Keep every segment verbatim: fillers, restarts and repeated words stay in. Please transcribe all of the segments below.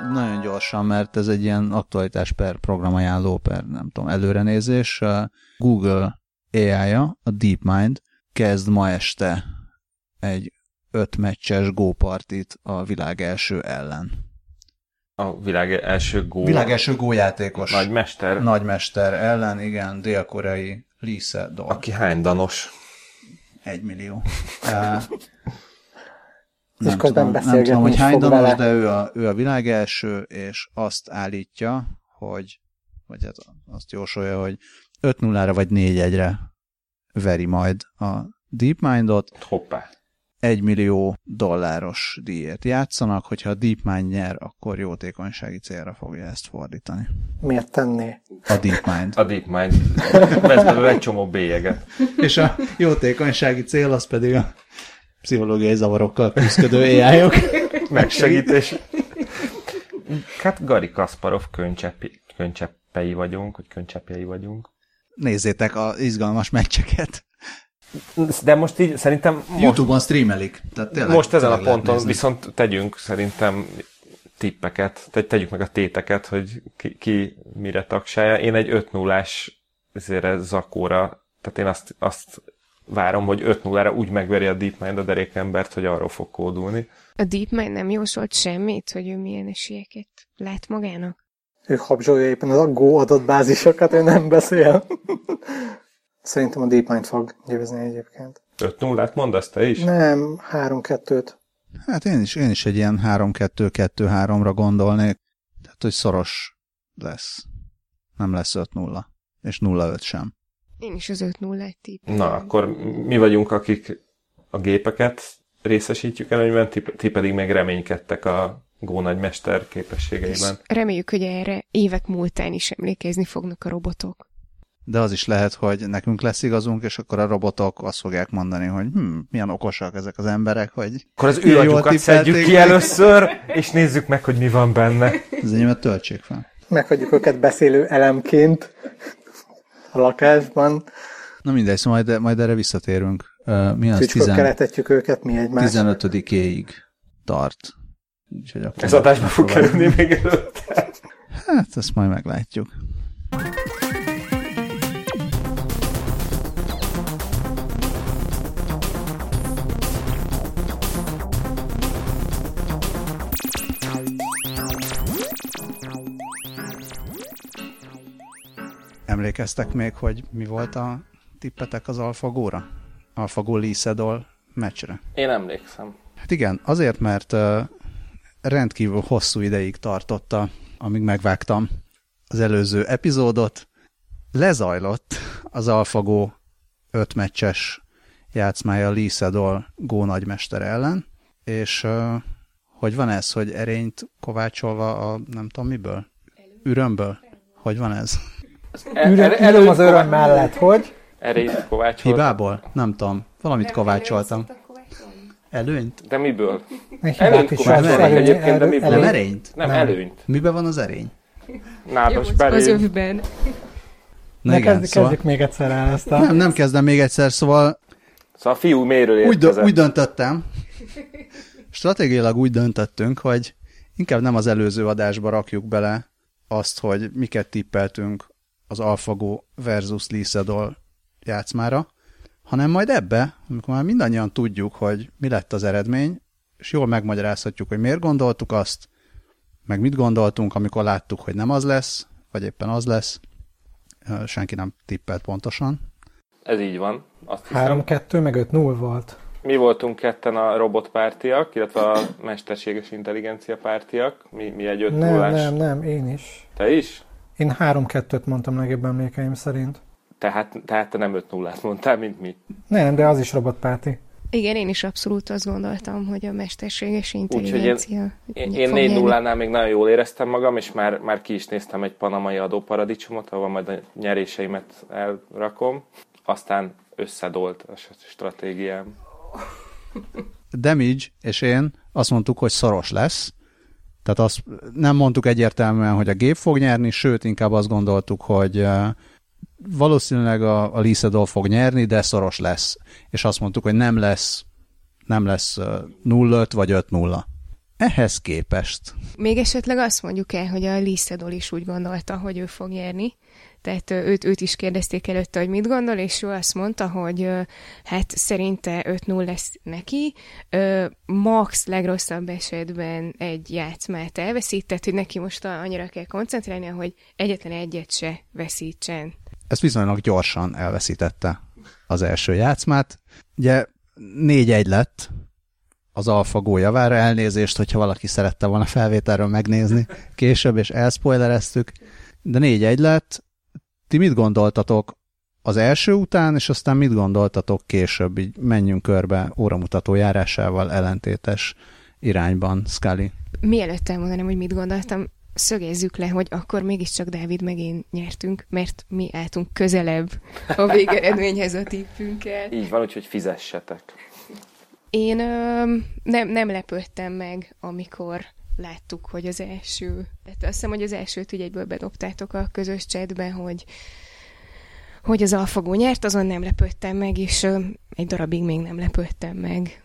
nagyon gyorsan, mert ez egy ilyen aktualitás per programajánló, per nem tudom, előrenézés. Google á i-ja, a DeepMind kezd ma este egy öt meccses Go partit a világ első ellen. A világ első Go... Világ első Go játékos. Nagymester. Nagymester ellen, igen, dél-koreai Lee Sedol. Aki hány danos? Egy millió. Uh, nem, tudom, nem tudom, hogy hány danos, de ő a, ő a világ első, és azt állítja, hogy, vagy hát azt jósolja, hogy öt nullára vagy négy egyre veri majd a DeepMindot. Hoppá. Egy millió dolláros díjért játszanak, hogyha a DeepMind nyer, akkor jótékonysági célra fogja ezt fordítani. Miért tenné? A DeepMind. A DeepMind. Vesz belőle egy csomó bélyeget. És a jótékonysági cél az pedig a pszichológiai zavarokkal küzdködő á i-ok. Megsegítés. Hát Garry Kasparov könycsepi, könycseppei vagyunk, vagy könycseppjei vagyunk. Nézzétek az izgalmas meccseket. De most így szerintem... Most, YouTube-on streamelik. Tehát tényleg, most ezen a ponton nézni. Viszont tegyünk szerintem tippeket, te, tegyük meg a téteket, hogy ki, ki mire tagsálja. Én egy öt nullás zakóra, tehát én azt, azt várom, hogy öt nullára úgy megveri a DeepMind a derékembert, hogy arról fog kódulni. A DeepMind nem jósolt semmit, hogy ő milyen esélyeket lát magának? Ő habzsolja éppen az Go adatbázisokat, ő nem beszél. Szerintem a DeepMind fog győzni egyébként. öt nullát mondasz te is? Nem, három kettőt. Hát én is, én is egy ilyen három kettő kettő háromra gondolnék. Tehát, hogy szoros lesz. Nem lesz öt nulla. És nulla öt sem. Én is az öt nullát tippelem. Na, akkor mi vagyunk, akik a gépeket részesítjük előnyben, ti, ti pedig meg reménykedtek a Go nagymester képességeiben. És reméljük, hogy erre évek múltán is emlékezni fognak a robotok. De az is lehet, hogy nekünk lesz igazunk, és akkor a robotok azt fogják mondani, hogy hm, milyen okosak ezek az emberek, hogy... Akkor az ő agyukat szedjük ki először, és nézzük meg, hogy mi van benne. Ez enyémet töltsék fel. Meghagyjuk őket beszélő elemként a lakásban. Na mindegy, szóval majd, majd erre visszatérünk. Uh, mi az? Tücskök keretetjük őket, mi egymás. tizenötödikéig tart. Úgyhogy akkor ez adásba fog kerülni még előtte. Hát, ezt majd meglátjuk. Emlékeztek még, hogy mi volt a tippetek az AlphaGo-ra? AlphaGo Lee Sedol meccsre? Én emlékszem. Hát igen, azért, mert uh, rendkívül hosszú ideig tartotta, amíg megvágtam az előző epizódot. Lezajlott az AlphaGo öt meccses játszmája Lee Sedol Go nagymester ellen, és uh, hogy van ez, hogy erényt kovácsolva a nem tudom miből? Ürömből? Hogy van ez? Üröm az öröm mellett, hogy? Erényt kovácsoltam. Hibából? Nem tudom. Valamit kovácsoltam. Előnyt? De miből? Előnyt kovácsoltam egyébként, de miből? Nem erényt? Nem, előnyt. Miben van az erény? Nádas berény. Az övben. Na igen, kezdjük, szóval... kezdjük még egyszer el ezt a... Nem, nem kezdem még egyszer, szóval... Szóval a fiú mélyről úgy, érkezett. úgy döntöttem, stratégiailag úgy döntöttünk, hogy inkább nem az előző adásba rakjuk bele azt, hogy miket tippeltünk az AlphaGo versus Lee Sedol játszmára, hanem majd ebbe, amikor már mindannyian tudjuk, hogy mi lett az eredmény, és jól megmagyarázhatjuk, hogy miért gondoltuk azt, meg mit gondoltunk, amikor láttuk, hogy nem az lesz, vagy éppen az lesz. Senki nem tippelt pontosan. Ez így van. három kettő meg öt null volt. Mi voltunk ketten a robotpártiak, illetve a mesterséges intelligencia pártiak. Mi, mi egy öt nullás. Nem, nem, nem, én is. Te is? Én három kettőt mondtam legjobb emlékeim szerint. Tehát, tehát te nem öt nullát mondtál, mint mi. Nem, de az is robotpárti. Igen, én is abszolút azt gondoltam, hogy a mesterséges intelligencia... Úgyhogy én, én négy nullánál még nagyon jól éreztem magam, és már, már ki is néztem egy panamai adóparadicsomot, ahol majd a nyeréseimet elrakom. Aztán összedolt a stratégiám. Damage és én azt mondtuk, hogy szoros lesz. Tehát azt nem mondtuk egyértelműen, hogy a gép fog nyerni, sőt, inkább azt gondoltuk, hogy valószínűleg a, a Lee Sedol fog nyerni, de szoros lesz. És azt mondtuk, hogy nem lesz nem lesz nulla öt vagy öt nulla. Ehhez képest. Még esetleg azt mondjuk el, hogy a Lee Sedol is úgy gondolta, hogy ő fog nyerni. Tehát őt, őt is kérdezték előtte, hogy mit gondol, és ő azt mondta, hogy hát szerinte öt null lesz neki. Max legrosszabb esetben egy játszmát elveszít, tehát hogy neki most annyira kell koncentrálni, hogy egyetlen egyet se veszítsen. Ezt viszonylag gyorsan elveszítette az első játszmát. Ugye négy egy lett az AlphaGo javára, elnézést, hogyha valaki szerette volna felvételről megnézni később, és elspoilereztük, de négy egy lett. Ti mit gondoltatok az első után, és aztán mit gondoltatok később, így menjünk körbe óramutató járásával ellentétes irányban, Scully? Mielőtt elmondanám, hogy mit gondoltam, szögezzük le, hogy akkor mégiscsak Dávid meg én nyertünk, mert mi álltunk közelebb a végeredményhez a tippünkkel. Így van, úgyhogy fizessetek. Én ö, nem, nem lepődtem meg, amikor láttuk, hogy az első, tehát azt hiszem, hogy az elsőt ugye egyből bedobtátok a közös chatben, hogy, hogy az AlphaGo nyert, azon nem lepődtem meg, és ö, egy darabig még nem lepődtem meg.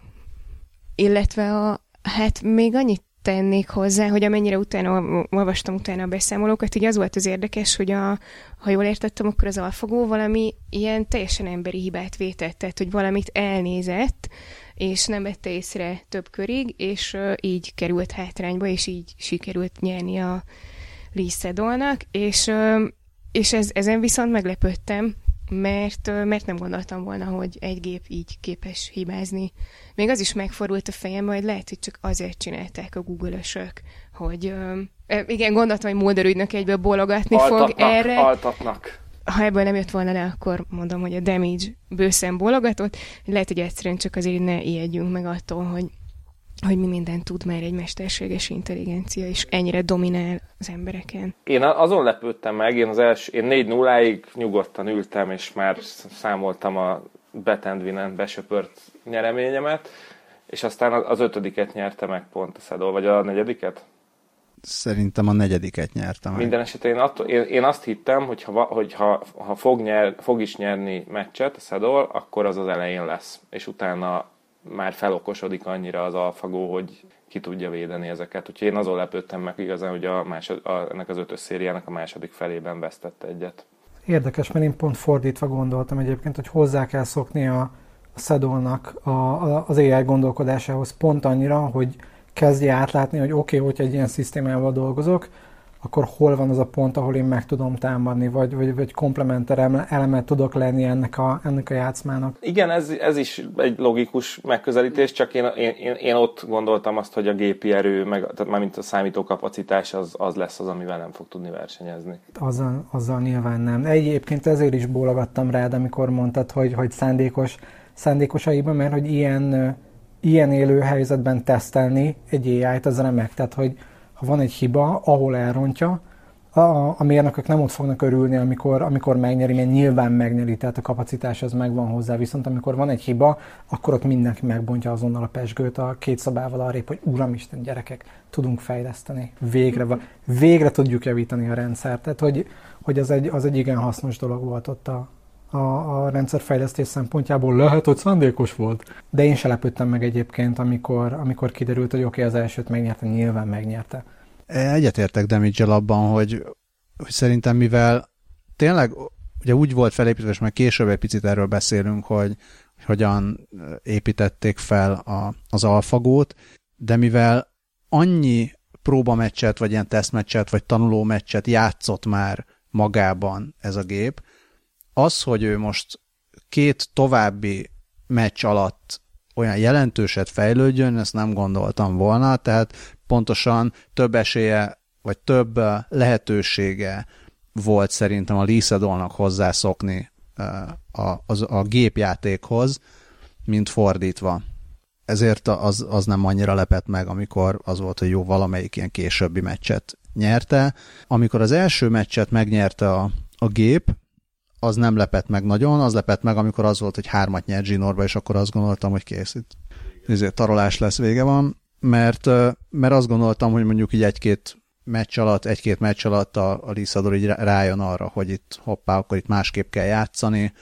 Illetve a, hát még annyit tennék hozzá, hogy amennyire utána olvastam utána a beszámolókat, így az volt az érdekes, hogy a, ha jól értettem, akkor az AlphaGo valami ilyen teljesen emberi hibát vétett, tehát hogy valamit elnézett, és nem vette észre több körig, és uh, így került hátrányba, és így sikerült nyerni a Lee Sedolnak, és, uh, és ez, ezen viszont meglepődtem, mert, uh, mert nem gondoltam volna, hogy egy gép így képes hibázni. Még az is megfordult a fejembe, hogy lehet, hogy csak azért csinálták a Google-ösök, hogy uh, igen, gondoltam, hogy Mulder ügynök egyből bólogatni altatnak, fog erre. Altatnak. Ha ebből nem jött volna le, akkor mondom, hogy a Damage bőszen bólogatott. Lehet, hogy egyszerűen csak azért ne ijedjünk meg attól, hogy, hogy mi mindent tud már egy mesterséges intelligencia, és ennyire dominál az embereken. Én azon lepődtem meg, én az első, én négy nulláig nyugodtan ültem, és már számoltam a Bet and Win-en besöpört nyereményemet, és aztán az ötödiket nyerte meg pont a Sedol, vagy a negyediket? Szerintem a negyediket nyertem meg. Minden esetben én, attól, én, én azt hittem, hogy, ha, hogy ha, ha fog, nyer, fog is nyerni meccset a Sedol, akkor az az elején lesz. És utána már felokosodik annyira az AlphaGo, hogy ki tudja védeni ezeket. Úgyhogy én azon lepődtem meg igazán, hogy a másod, a, ennek az ötös szériának a második felében vesztette egyet. Érdekes, mert én pont fordítva gondoltam egyébként, hogy hozzá kell szokni a, a Sedolnak a, a, az á i gondolkodásához pont annyira, hogy kezdje átlátni, hogy oké, okay, hogyha egy ilyen szisztémával dolgozok, akkor hol van az a pont, ahol én meg tudom támadni, vagy, vagy, vagy komplementer elemet tudok lenni ennek a, ennek a játszmának. Igen, ez, ez is egy logikus megközelítés, csak én, én, én, én ott gondoltam azt, hogy a gépi erő, meg, tehát mármint a számítókapacitás az, az lesz az, amivel nem fog tudni versenyezni. Azzal, azzal nyilván nem. Egyébként ezért is bólogattam rád, amikor mondtad, hogy, hogy szándékos, szándékos aiban, mert hogy ilyen, ilyen élő helyzetben tesztelni egy á i-t, az remek. Tehát, hogy ha van egy hiba, ahol elrontja, a, a mérnökök nem ott fognak örülni, amikor, amikor megnyeri, mert nyilván megnyeri, tehát a kapacitás az megvan hozzá, viszont amikor van egy hiba, akkor ott mindenki megbontja azonnal a pezsgőt a két szabával arrébb, hogy uramisten, gyerekek, tudunk fejleszteni, végre, végre tudjuk javítani a rendszert. Tehát, hogy, hogy az, egy, az egy igen hasznos dolog volt ott a, a, a rendszerfejlesztés szempontjából. Lehet, hogy szándékos volt. De én se lepődtem meg egyébként, amikor, amikor kiderült, hogy oké, okay, az elsőt megnyerte, nyilván megnyerte. Egyetértek Damage-el abban, hogy, hogy szerintem mivel tényleg ugye úgy volt felépítve, és majd később egy picit erről beszélünk, hogy, hogy hogyan építették fel a, az AlphaGót, de mivel annyi próbameccset, vagy ilyen tesztmeccset, vagy tanulómeccset játszott már magában ez a gép, az, hogy ő most két további meccs alatt olyan jelentőset fejlődjön, ezt nem gondoltam volna, tehát pontosan több esélye, vagy több lehetősége volt szerintem a Lee Sedolnak hozzászokni a, a, a gépjátékhoz, mint fordítva. Ezért az, az nem annyira lepett meg, amikor az volt, hogy jó, valamelyik ilyen későbbi meccset nyerte. Amikor az első meccset megnyerte a, a gép, az nem lepett meg nagyon, az lepett meg, amikor az volt, hogy hármat nyert Zsinórba, és akkor azt gondoltam, hogy kész, itt ezért tarolás lesz, vége van, mert, mert azt gondoltam, hogy mondjuk így egy-két meccs alatt, egy-két meccs alatt a, a Lee Sedol így rájön arra, hogy itt hoppá, akkor itt másképp kell játszani,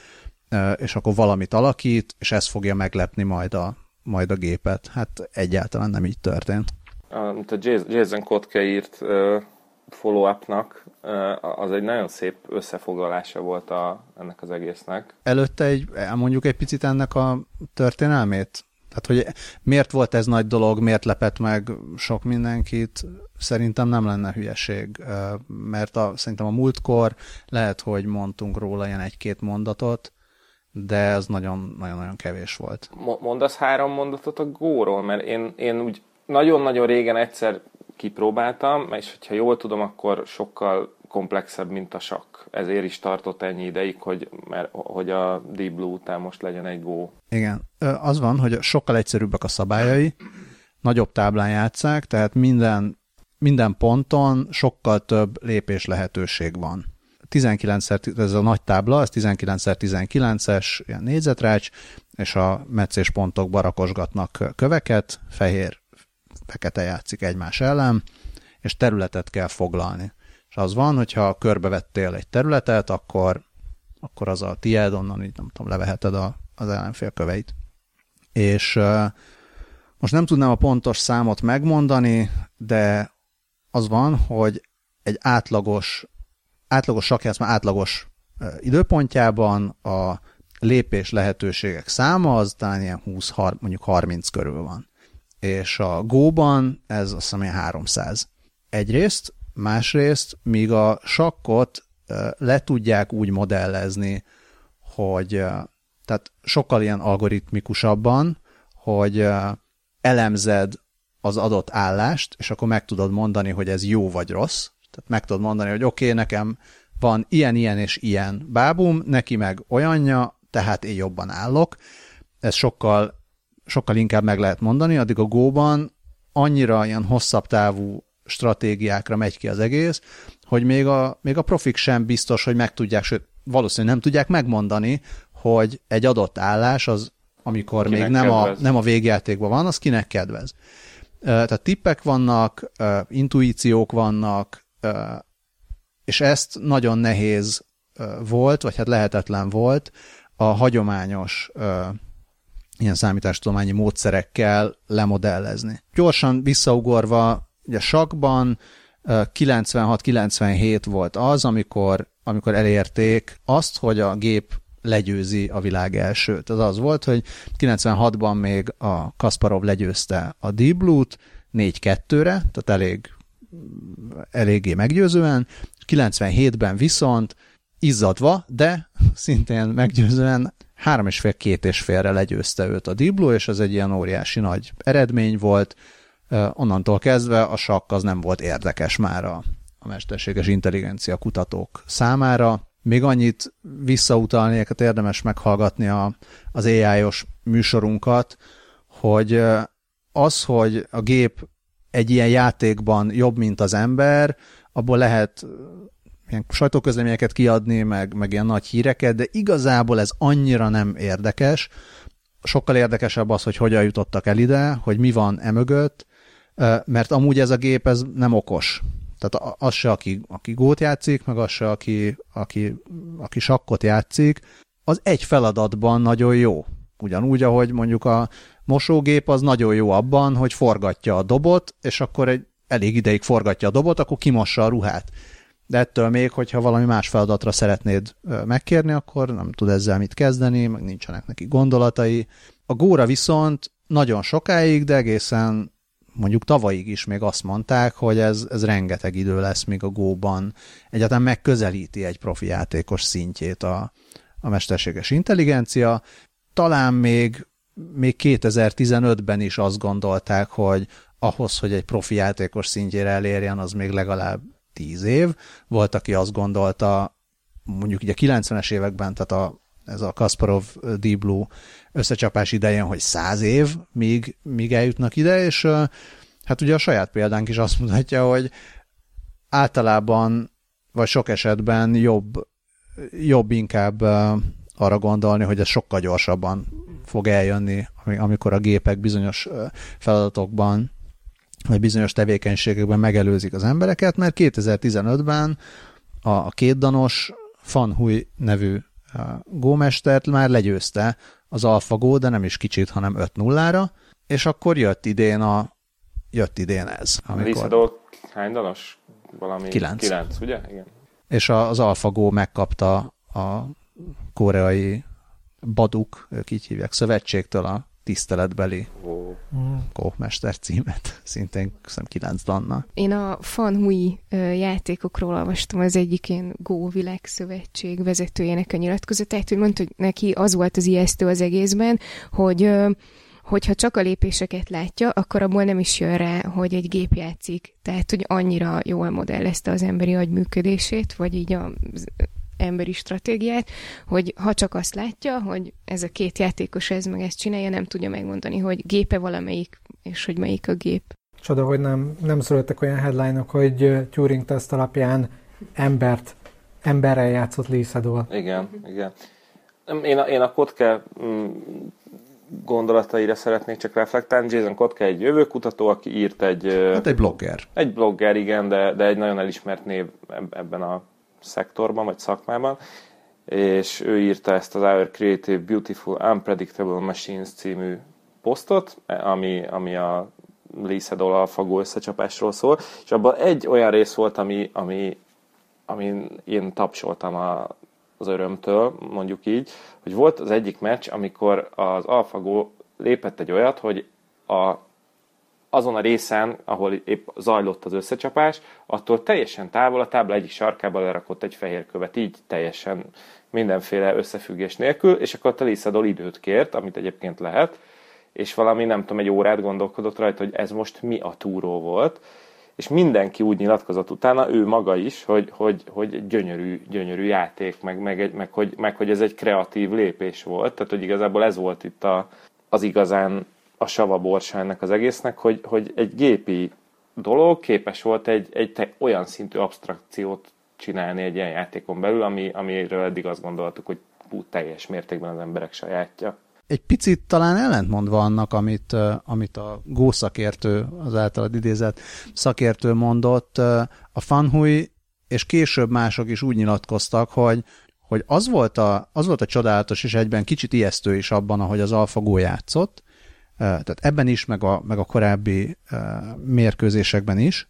és akkor valamit alakít, és ez fogja meglepni majd a, majd a gépet. Hát egyáltalán nem így történt. Amit a Jason Kotke írt uh, follow-upnak, uh, az egy nagyon szép összefoglalása volt a, ennek az egésznek. Előtte egy, elmondjuk egy picit ennek a történelmét? Tehát, hogy miért volt ez nagy dolog, miért lepett meg sok mindenkit, szerintem nem lenne hülyeség, mert a, szerintem a múltkor lehet, hogy mondtunk róla ilyen egy-két mondatot, de ez nagyon-nagyon kevés volt. Mondasz három mondatot a Go-ról, mert én, én úgy nagyon-nagyon régen egyszer kipróbáltam, és hogyha jól tudom, akkor sokkal komplexebb, mint a sakk. Ezért is tartott ennyi ideig, hogy, mert, hogy a Deep Blue után most legyen egy Go. Igen. Az van, hogy sokkal egyszerűbbek a szabályai, nagyobb táblán játsszák, tehát minden, minden ponton sokkal több lépés lehetőség van. tizenkilencszer, ez a nagy tábla, ez tizenkilencszer tizenkilences ilyen négyzetrács, és a meccés pontokba rakosgatnak köveket, fehér, fekete játszik egymás ellen, és területet kell foglalni. És az van, hogyha körbevettél egy területet, akkor, akkor az a tiéd, onnan így nem tudom, leveheted a, az ellenfél köveit. És uh, most nem tudnám a pontos számot megmondani, de az van, hogy egy átlagos, átlagos sakkjátszma átlagos uh, időpontjában a lépés lehetőségek száma az talán ilyen húsz, mondjuk harminc körül van. És a Go-ban ez azt hiszem ilyen háromszáz. Egyrészt, másrészt, míg a sakkot uh, le tudják úgy modellezni, hogy uh, tehát sokkal ilyen algoritmikusabban, hogy uh, elemzed az adott állást, és akkor meg tudod mondani, hogy ez jó vagy rossz. Tehát meg tudod mondani, hogy oké, okay, nekem van ilyen, ilyen és ilyen bábum, neki meg olyanja, tehát én jobban állok. Ez sokkal, sokkal inkább meg lehet mondani, addig a Go-ban annyira ilyen hosszabb távú stratégiákra megy ki az egész, hogy még a, még a profik sem biztos, hogy meg tudják, sőt, valószínűleg nem tudják megmondani, hogy egy adott állás az, amikor kinek még nem a, nem a végjátékban van, az kinek kedvez. Tehát tippek vannak, intuíciók vannak, és ezt nagyon nehéz volt, vagy hát lehetetlen volt a hagyományos ilyen számítástudományi módszerekkel lemodellezni. Gyorsan visszaugorva, ugye sakkban kilencvenhat kilencvenhét volt az, amikor, amikor elérték azt, hogy a gép legyőzi a világ elsőt. Az az volt, hogy kilencvenhatban még a Kasparov legyőzte a Deep Blue-t négy kettőre, tehát elég, eléggé meggyőzően, kilencvenhétben viszont izzadva, de szintén meggyőzően három és fél, két és félre legyőzte őt a Deep Blue, és ez egy ilyen óriási nagy eredmény volt. Onnantól kezdve a sakk az nem volt érdekes már a, a mesterséges intelligencia kutatók számára. Még annyit visszautalni, érdemes meghallgatni a, az á i-os műsorunkat, hogy az, hogy a gép egy ilyen játékban jobb, mint az ember, abból lehet ilyen sajtóközleményeket kiadni, meg, meg ilyen nagy híreket, de igazából ez annyira nem érdekes. Sokkal érdekesebb az, hogy hogyan jutottak el ide, hogy mi van emögött, mert amúgy ez a gép ez nem okos. Tehát az se, aki, aki gót játszik, meg az se, aki, aki, aki sakkot játszik, az egy feladatban nagyon jó. Ugyanúgy, ahogy mondjuk a mosógép az nagyon jó abban, hogy forgatja a dobot, és akkor egy elég ideig forgatja a dobot, akkor kimossa a ruhát. De ettől még, hogyha valami más feladatra szeretnéd megkérni, akkor nem tud ezzel mit kezdeni, meg nincsenek neki gondolatai. A Góra viszont nagyon sokáig, de egészen mondjuk tavalyig is még azt mondták, hogy ez, ez rengeteg idő lesz, míg a Go-ban egyáltalán megközelíti egy profi játékos szintjét a, a mesterséges intelligencia. Talán még, még kétezer-tizenötben is azt gondolták, hogy ahhoz, hogy egy profi játékos szintjére elérjen, az még legalább tíz év. Volt, aki azt gondolta, mondjuk így a kilencvenes években, tehát a, ez a Kasparov Deep Blue összecsapás idején, hogy száz év, míg, míg eljutnak ide, és hát ugye a saját példánk is azt mutatja, hogy általában, vagy sok esetben jobb, jobb inkább arra gondolni, hogy ez sokkal gyorsabban fog eljönni, amikor a gépek bizonyos feladatokban, vagy bizonyos tevékenységekben megelőzik az embereket, mert kétezer-tizenötben a, a kétdanos Fan Hui nevű gómestert már legyőzte az AlphaGo, de nem is kicsit, hanem öt nullára, és akkor jött idén a jött idén ez. Amikor... Lisa hány dalos? Valami kilenc. kilenc, ugye? Igen. És az AlphaGo megkapta a koreai Baduk, ők így hívják, szövetségtől a tiszteletbeli oh. Go-mester címet, szintén köszönöm kilenc dannal. Én a Fanhui játékokról olvastam az egyik ilyen Go világszövetség vezetőjének a nyilatkozatát, hogy mondta, hogy neki az volt az ijesztő az egészben, hogy hogyha csak a lépéseket látja, akkor abból nem is jön rá, hogy egy gép játszik. Tehát, hogy annyira jól modellezte az emberi agy működését, vagy így az emberi stratégiát, hogy ha csak azt látja, hogy ez a két játékos ez meg ezt csinálja, nem tudja megmondani, hogy gépe valamelyik, és hogy melyik a gép. Csoda, hogy nem, nem születtek olyan headline-ok, hogy Turing teszt alapján embert, emberrel játszott Lee Sedol. Igen, igen. Én a, én a Kottke gondolataira szeretnék csak reflektálni. Jason Kottke egy jövőkutató, aki írt egy... Hát egy blogger. Egy blogger, igen, de, de egy nagyon elismert név ebben a szektorban, vagy szakmában, és ő írta ezt az Our Creative, Beautiful, Unpredictable Machines című posztot, ami, ami a Lee Sedol AlphaGo összecsapásról szól, és abban egy olyan rész volt, ami, ami, ami én tapsoltam a, az örömtől, mondjuk így, hogy volt az egyik meccs, amikor az AlphaGo lépett egy olyat, hogy a azon a részen, ahol épp zajlott az összecsapás, attól teljesen távol a tábla egyik sarkába lerakott egy fehér követ, így teljesen mindenféle összefüggés nélkül, és akkor a Lee Sedol időt kért, amit egyébként lehet, és valami, nem tudom, egy órát gondolkodott rajta, hogy ez most mi a túró volt, és mindenki úgy nyilatkozott utána, ő maga is, hogy, hogy, hogy gyönyörű, gyönyörű játék, meg, meg, meg, hogy, meg hogy ez egy kreatív lépés volt, tehát hogy igazából ez volt itt a, az igazán a savaborsa ennek az egésznek, hogy, hogy egy gépi dolog képes volt egy, egy te, olyan szintű abstrakciót csinálni egy ilyen játékon belül, ami, amiről eddig azt gondoltuk, hogy hú, teljes mértékben az emberek sajátja. Egy picit talán ellentmondva annak, amit, amit a Go szakértő, az általad idézett szakértő mondott, a Fanhui és később mások is úgy nyilatkoztak, hogy, hogy az, volt a, az volt a csodálatos és egyben kicsit ijesztő is abban, ahogy az AlphaGo játszott, tehát ebben is, meg a, meg a korábbi uh, mérkőzésekben is,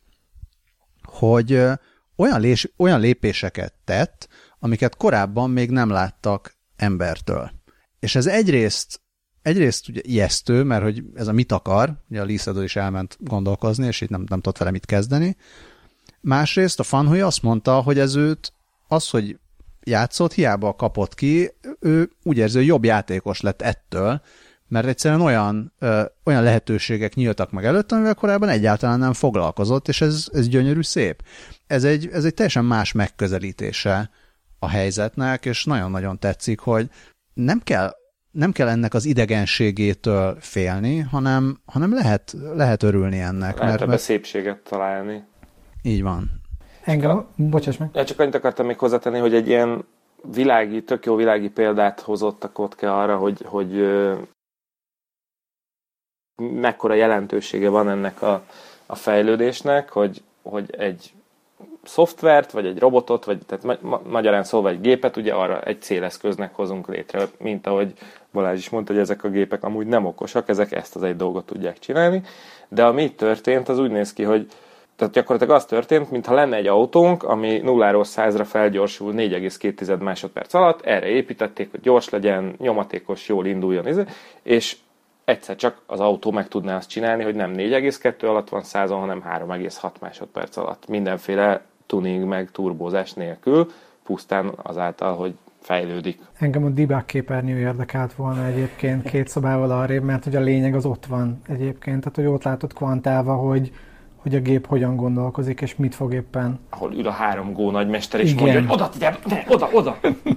hogy uh, olyan, lés, olyan lépéseket tett, amiket korábban még nem láttak embertől. És ez egyrészt, egyrészt ugye ijesztő, mert hogy ez a mit akar, ugye a Lee Sedol is elment gondolkozni, és így nem, nem tudott vele mit kezdeni. Másrészt a Fanhui azt mondta, hogy ez őt, az, hogy játszott, hiába kapott ki, ő úgy érzi, hogy jobb játékos lett ettől, mert egyszerűen olyan, ö, olyan lehetőségek nyíltak meg előtt, amivel korábban egyáltalán nem foglalkozott, és ez, ez gyönyörű szép. Ez egy, ez egy teljesen más megközelítése a helyzetnek, és nagyon-nagyon tetszik, hogy nem kell, nem kell ennek az idegenségétől félni, hanem, hanem lehet, lehet örülni ennek. Lehet ebbe mert... szépséget találni. Így van. Engem, bocsáss meg. Ja, csak annyit akartam még hozzátenni, hogy egy ilyen világi, tök jó világi példát hozott a Kottke arra, hogy, hogy mekkora jelentősége van ennek a, a fejlődésnek, hogy, hogy egy szoftvert, vagy egy robotot, vagy tehát ma- ma- magyarán szólva egy gépet, ugye arra egy céleszköznek hozunk létre, mint ahogy Balázs is mondta, hogy ezek a gépek amúgy nem okosak, ezek ezt az egy dolgot tudják csinálni, de ami itt történt, az úgy néz ki, hogy tehát gyakorlatilag az történt, mintha lenne egy autónk, ami nulláról százra felgyorsul négy egész két másodperc alatt, erre építették, hogy gyors legyen, nyomatékos, jól induljon, és egyszer csak az autó meg tudná azt csinálni, hogy nem négy egész kettő alatt van százon, hanem három egész hat másodperc alatt. Mindenféle tuning meg turbózás nélkül, pusztán azáltal, hogy fejlődik. Engem a debug képernyő érdekelt volna egyébként két szobával arrébb, mert hogy a lényeg az ott van egyébként. Tehát, hogy ott látod kvantálva, hogy, hogy a gép hogyan gondolkozik, és mit fog éppen. Ahol ül a három Go nagymester, és igen, mondja, hogy oda, te, te, oda, oda!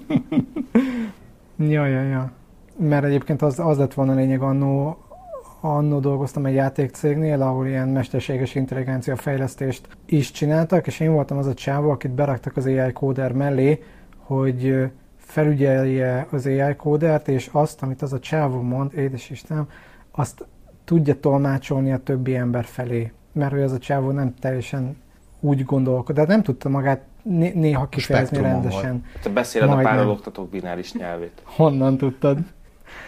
ja, ja, ja. Mert egyébként az, az lett volna a lényeg, annó, annó dolgoztam egy játékcégnél, ahol ilyen mesterséges intelligencia fejlesztést is csináltak, és én voltam az a csávó, akit beraktak az á i kóder mellé, hogy felügyelje az á i kódert, és azt, amit az a csávó mond, édes Istenem, azt tudja tolmácsolni a többi ember felé. Mert hogy az a csávó nem teljesen úgy gondolkod, de nem tudta magát né- néha kifejezni rendesen. Te beszéled Majdnem. A párologtatók bináris nyelvét. Honnan tudtad?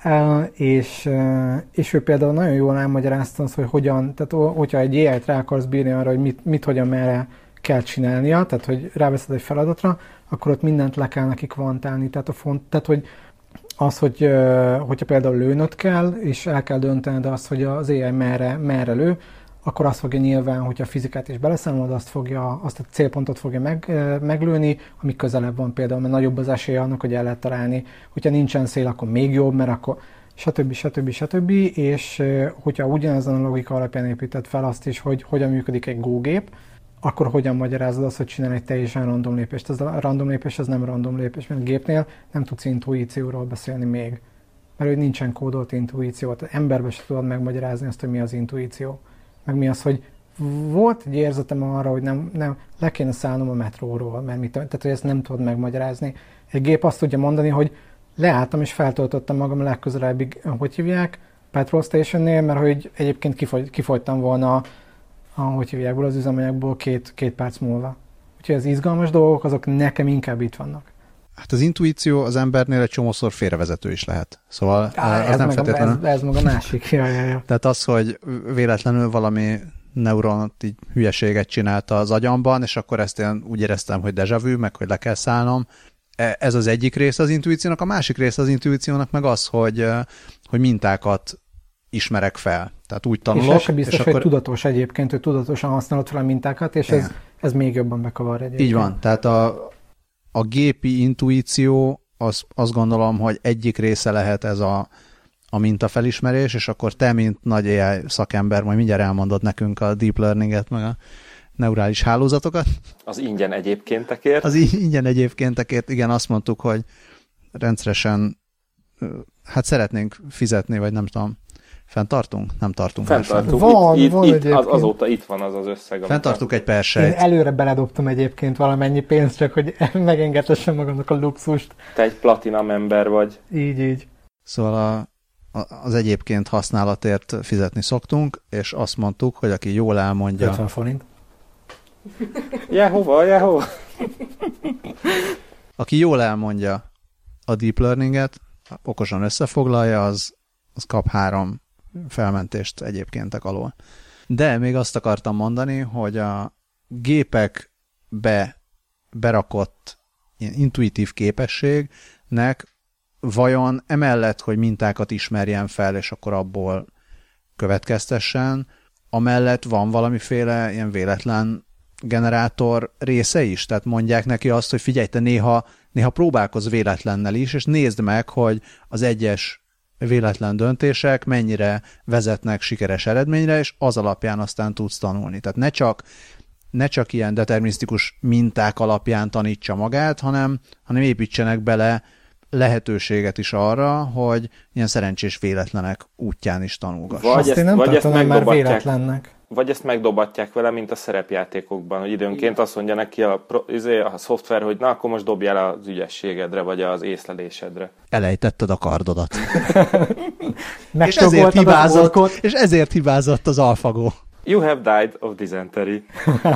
és, és ő például nagyon jól elmagyarázta azt, hogy hogyan, tehát hogyha egy á í-t rá akarsz bírni arra, hogy mit, mit hogyan merre kell csinálnia, tehát hogy ráveszed egy feladatra, akkor ott mindent le kell neki kvantálni. Tehát, a font, tehát hogy az, hogy, hogyha például lőnöd kell, és el kell döntened azt, hogy az á í merre, merre lő, akkor azt fogja nyilván, hogyha a fizikát is beleszámolod, azt, fogja, azt a célpontot fogja meg, meglőni, ami közelebb van például, mert nagyobb az esélye annak, hogy el lehet találni. Hogyha nincsen szél, akkor még jobb, mert akkor stb. stb. stb. És hogyha ugyanazon a logika alapján építed fel azt is, hogy hogyan működik egy gógép, akkor hogyan magyarázod azt, hogy csinál egy teljesen random lépést. Ez a random lépés, ez nem random lépés, mert a gépnél nem tudsz intuícióról beszélni még. Mert hogy nincsen kódolt intuíció, tehát emberbe se tudod megmagyarázni azt, hogy mi az intuíció. Meg mi az, hogy volt egy érzetem arra, hogy nem, nem le kéne szállnom a metróról, mert mit, tehát hogy ezt nem tudod megmagyarázni. Egy gép azt tudja mondani, hogy leálltam és feltöltöttem magam a legközelebbig, hogy hívják, petrol stationnél, mert hogy egyébként kifogy, kifogytam volna a, hogy hívják, az üzemanyagból két, két perc múlva. Úgyhogy az izgalmas dolgok, azok nekem inkább itt vannak. Hát az intuíció az embernél egy csomószor félrevezető is lehet. Szóval Á, ez az nem meg feltétlenül... A, ez, ez meg a másik. Ja, ja, ja. Tehát az, hogy véletlenül valami neuronot így hülyeséget csinálta az agyamban, és akkor ezt én úgy éreztem, hogy déjà vu, meg hogy le kell szállnom. Ez az egyik része az intuíciónak, a másik része az intuíciónak meg az, hogy, hogy mintákat ismerek fel. Tehát úgy tanulok. És ez sem biztos, és hogy akkor... tudatos egyébként, hogy tudatosan használod fel a mintákat, és ez, ez még jobban bekavar egyébként. Így van. Tehát a, a gépi intuíció, az, azt gondolom, hogy egyik része lehet ez a, a mintafelismerés, és akkor te, mint nagy á i szakember, majd mindjárt elmondod nekünk a deep learninget, meg a neurális hálózatokat. Az ingyen egyébkéntekért. Az ingyen egyébkéntekért, igen, azt mondtuk, hogy rendszeresen hát szeretnénk fizetni, vagy nem tudom, fenntartunk? Nem tartunk. Fenntartunk. Van, itt, van itt, itt, az, az, azóta itt van az az összeg. Fenntartunk egy Én persejt. előre beledobtam egyébként valamennyi pénzt, csak hogy megengedhessem magamnak a luxust. Te egy platinum ember vagy. Így, így. Szóval a, a, az egyébként használatért fizetni szoktunk, és azt mondtuk, hogy aki jól elmondja... ötven forint. Jehova, jehova. Aki jól elmondja a deep learninget, okosan összefoglalja, az, az kap három felmentést egyébkéntek alól. De még azt akartam mondani, hogy a gépekbe berakott ilyen intuitív képességnek vajon emellett, hogy mintákat ismerjen fel, és akkor abból következtessen, amellett van valamiféle ilyen véletlen generátor része is? Tehát mondják neki azt, hogy figyelj, te néha, néha próbálkozz véletlennel is, és nézd meg, hogy az egyes véletlen döntések mennyire vezetnek sikeres eredményre, és az alapján aztán tudsz tanulni. Tehát ne csak, ne csak ilyen determinisztikus minták alapján tanítsa magát, hanem, hanem építsenek bele lehetőséget is arra, hogy ilyen szerencsés véletlenek útján is tanulgasson. Vagy ezt, én nem vagy tartom már véletlennek. Vagy ezt megdobatják vele, mint a szerepjátékokban, hogy időnként azt mondja neki a, a szoftver, hogy na, akkor most dobjál az ügyességedre, vagy az észlelésedre. Elejtetted a kardodat. és, ezért hibázott, és ezért hibázott az AlphaGo. You have died of dysentery.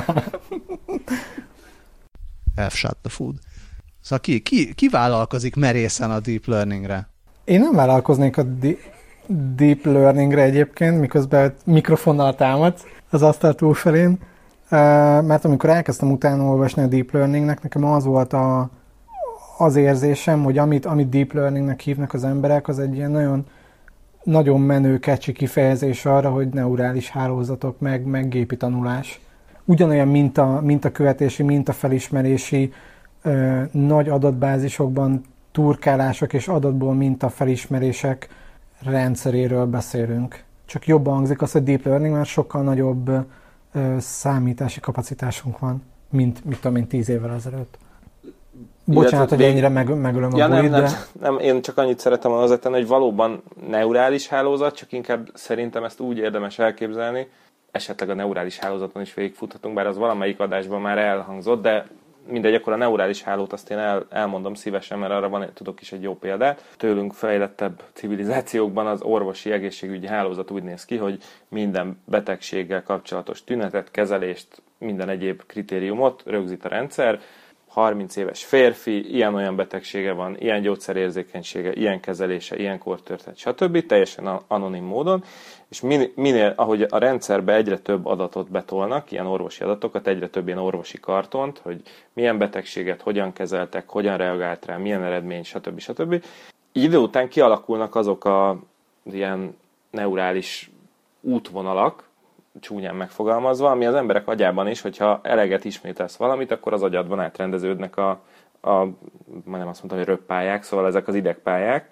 Elf shot the food. Szóval ki, ki, ki vállalkozik merészen a deep learningre? Én nem vállalkoznék a di- deep learningre egyébként, miközben mikrofonnal támadsz az asztal túlfelén, mert amikor elkezdtem utána olvasni a deep learningnek, nekem az volt a, az érzésem, hogy amit, amit deep learningnek hívnak az emberek, az egy ilyen nagyon, nagyon menő, catchy kifejezés arra, hogy neurális hálózatok, meg, meg gépi tanulás. Ugyanolyan minta, mintakövetési, mintafelismerési, ö, nagy adatbázisokban turkálások és adatból mintafelismerések rendszeréről beszélünk. Csak jobban hangzik az, hogy deep learning, mert sokkal nagyobb ö, számítási kapacitásunk van, mint, mint tudom én, tíz évvel ezelőtt. Bocsánat, hogy ennyire meg, megölöm ja, a bulit, nem, de... nem, nem, én csak annyit szeretem hozzátenni, hogy valóban neurális hálózat, csak inkább szerintem ezt úgy érdemes elképzelni, esetleg a neurális hálózaton is végigfuthatunk, bár az valamelyik adásban már elhangzott, de mindegy, akkor a neurális hálót azt én el, elmondom szívesen, mert arra van, tudok is egy jó példát. Tőlünk fejlettebb civilizációkban az orvosi egészségügyi hálózat úgy néz ki, hogy minden betegséggel kapcsolatos tünetet, kezelést, minden egyéb kritériumot rögzít a rendszer, harminc éves férfi, ilyen-olyan betegsége van, ilyen gyógyszerérzékenysége, ilyen kezelése, ilyenkor történt, stb. Teljesen anonim módon, és minél, ahogy a rendszerbe egyre több adatot betolnak, ilyen orvosi adatokat, egyre több ilyen orvosi kartont, hogy milyen betegséget, hogyan kezeltek, hogyan reagált rá, milyen eredmény, stb. stb. Idő után kialakulnak azok a ilyen neurális útvonalak, csúnyán megfogalmazva, ami az emberek agyában is, hogyha eleget ismételsz valamit, akkor az agyadban átrendeződnek a, a majdnem azt mondtam, hogy röppályák, szóval ezek az idegpályák,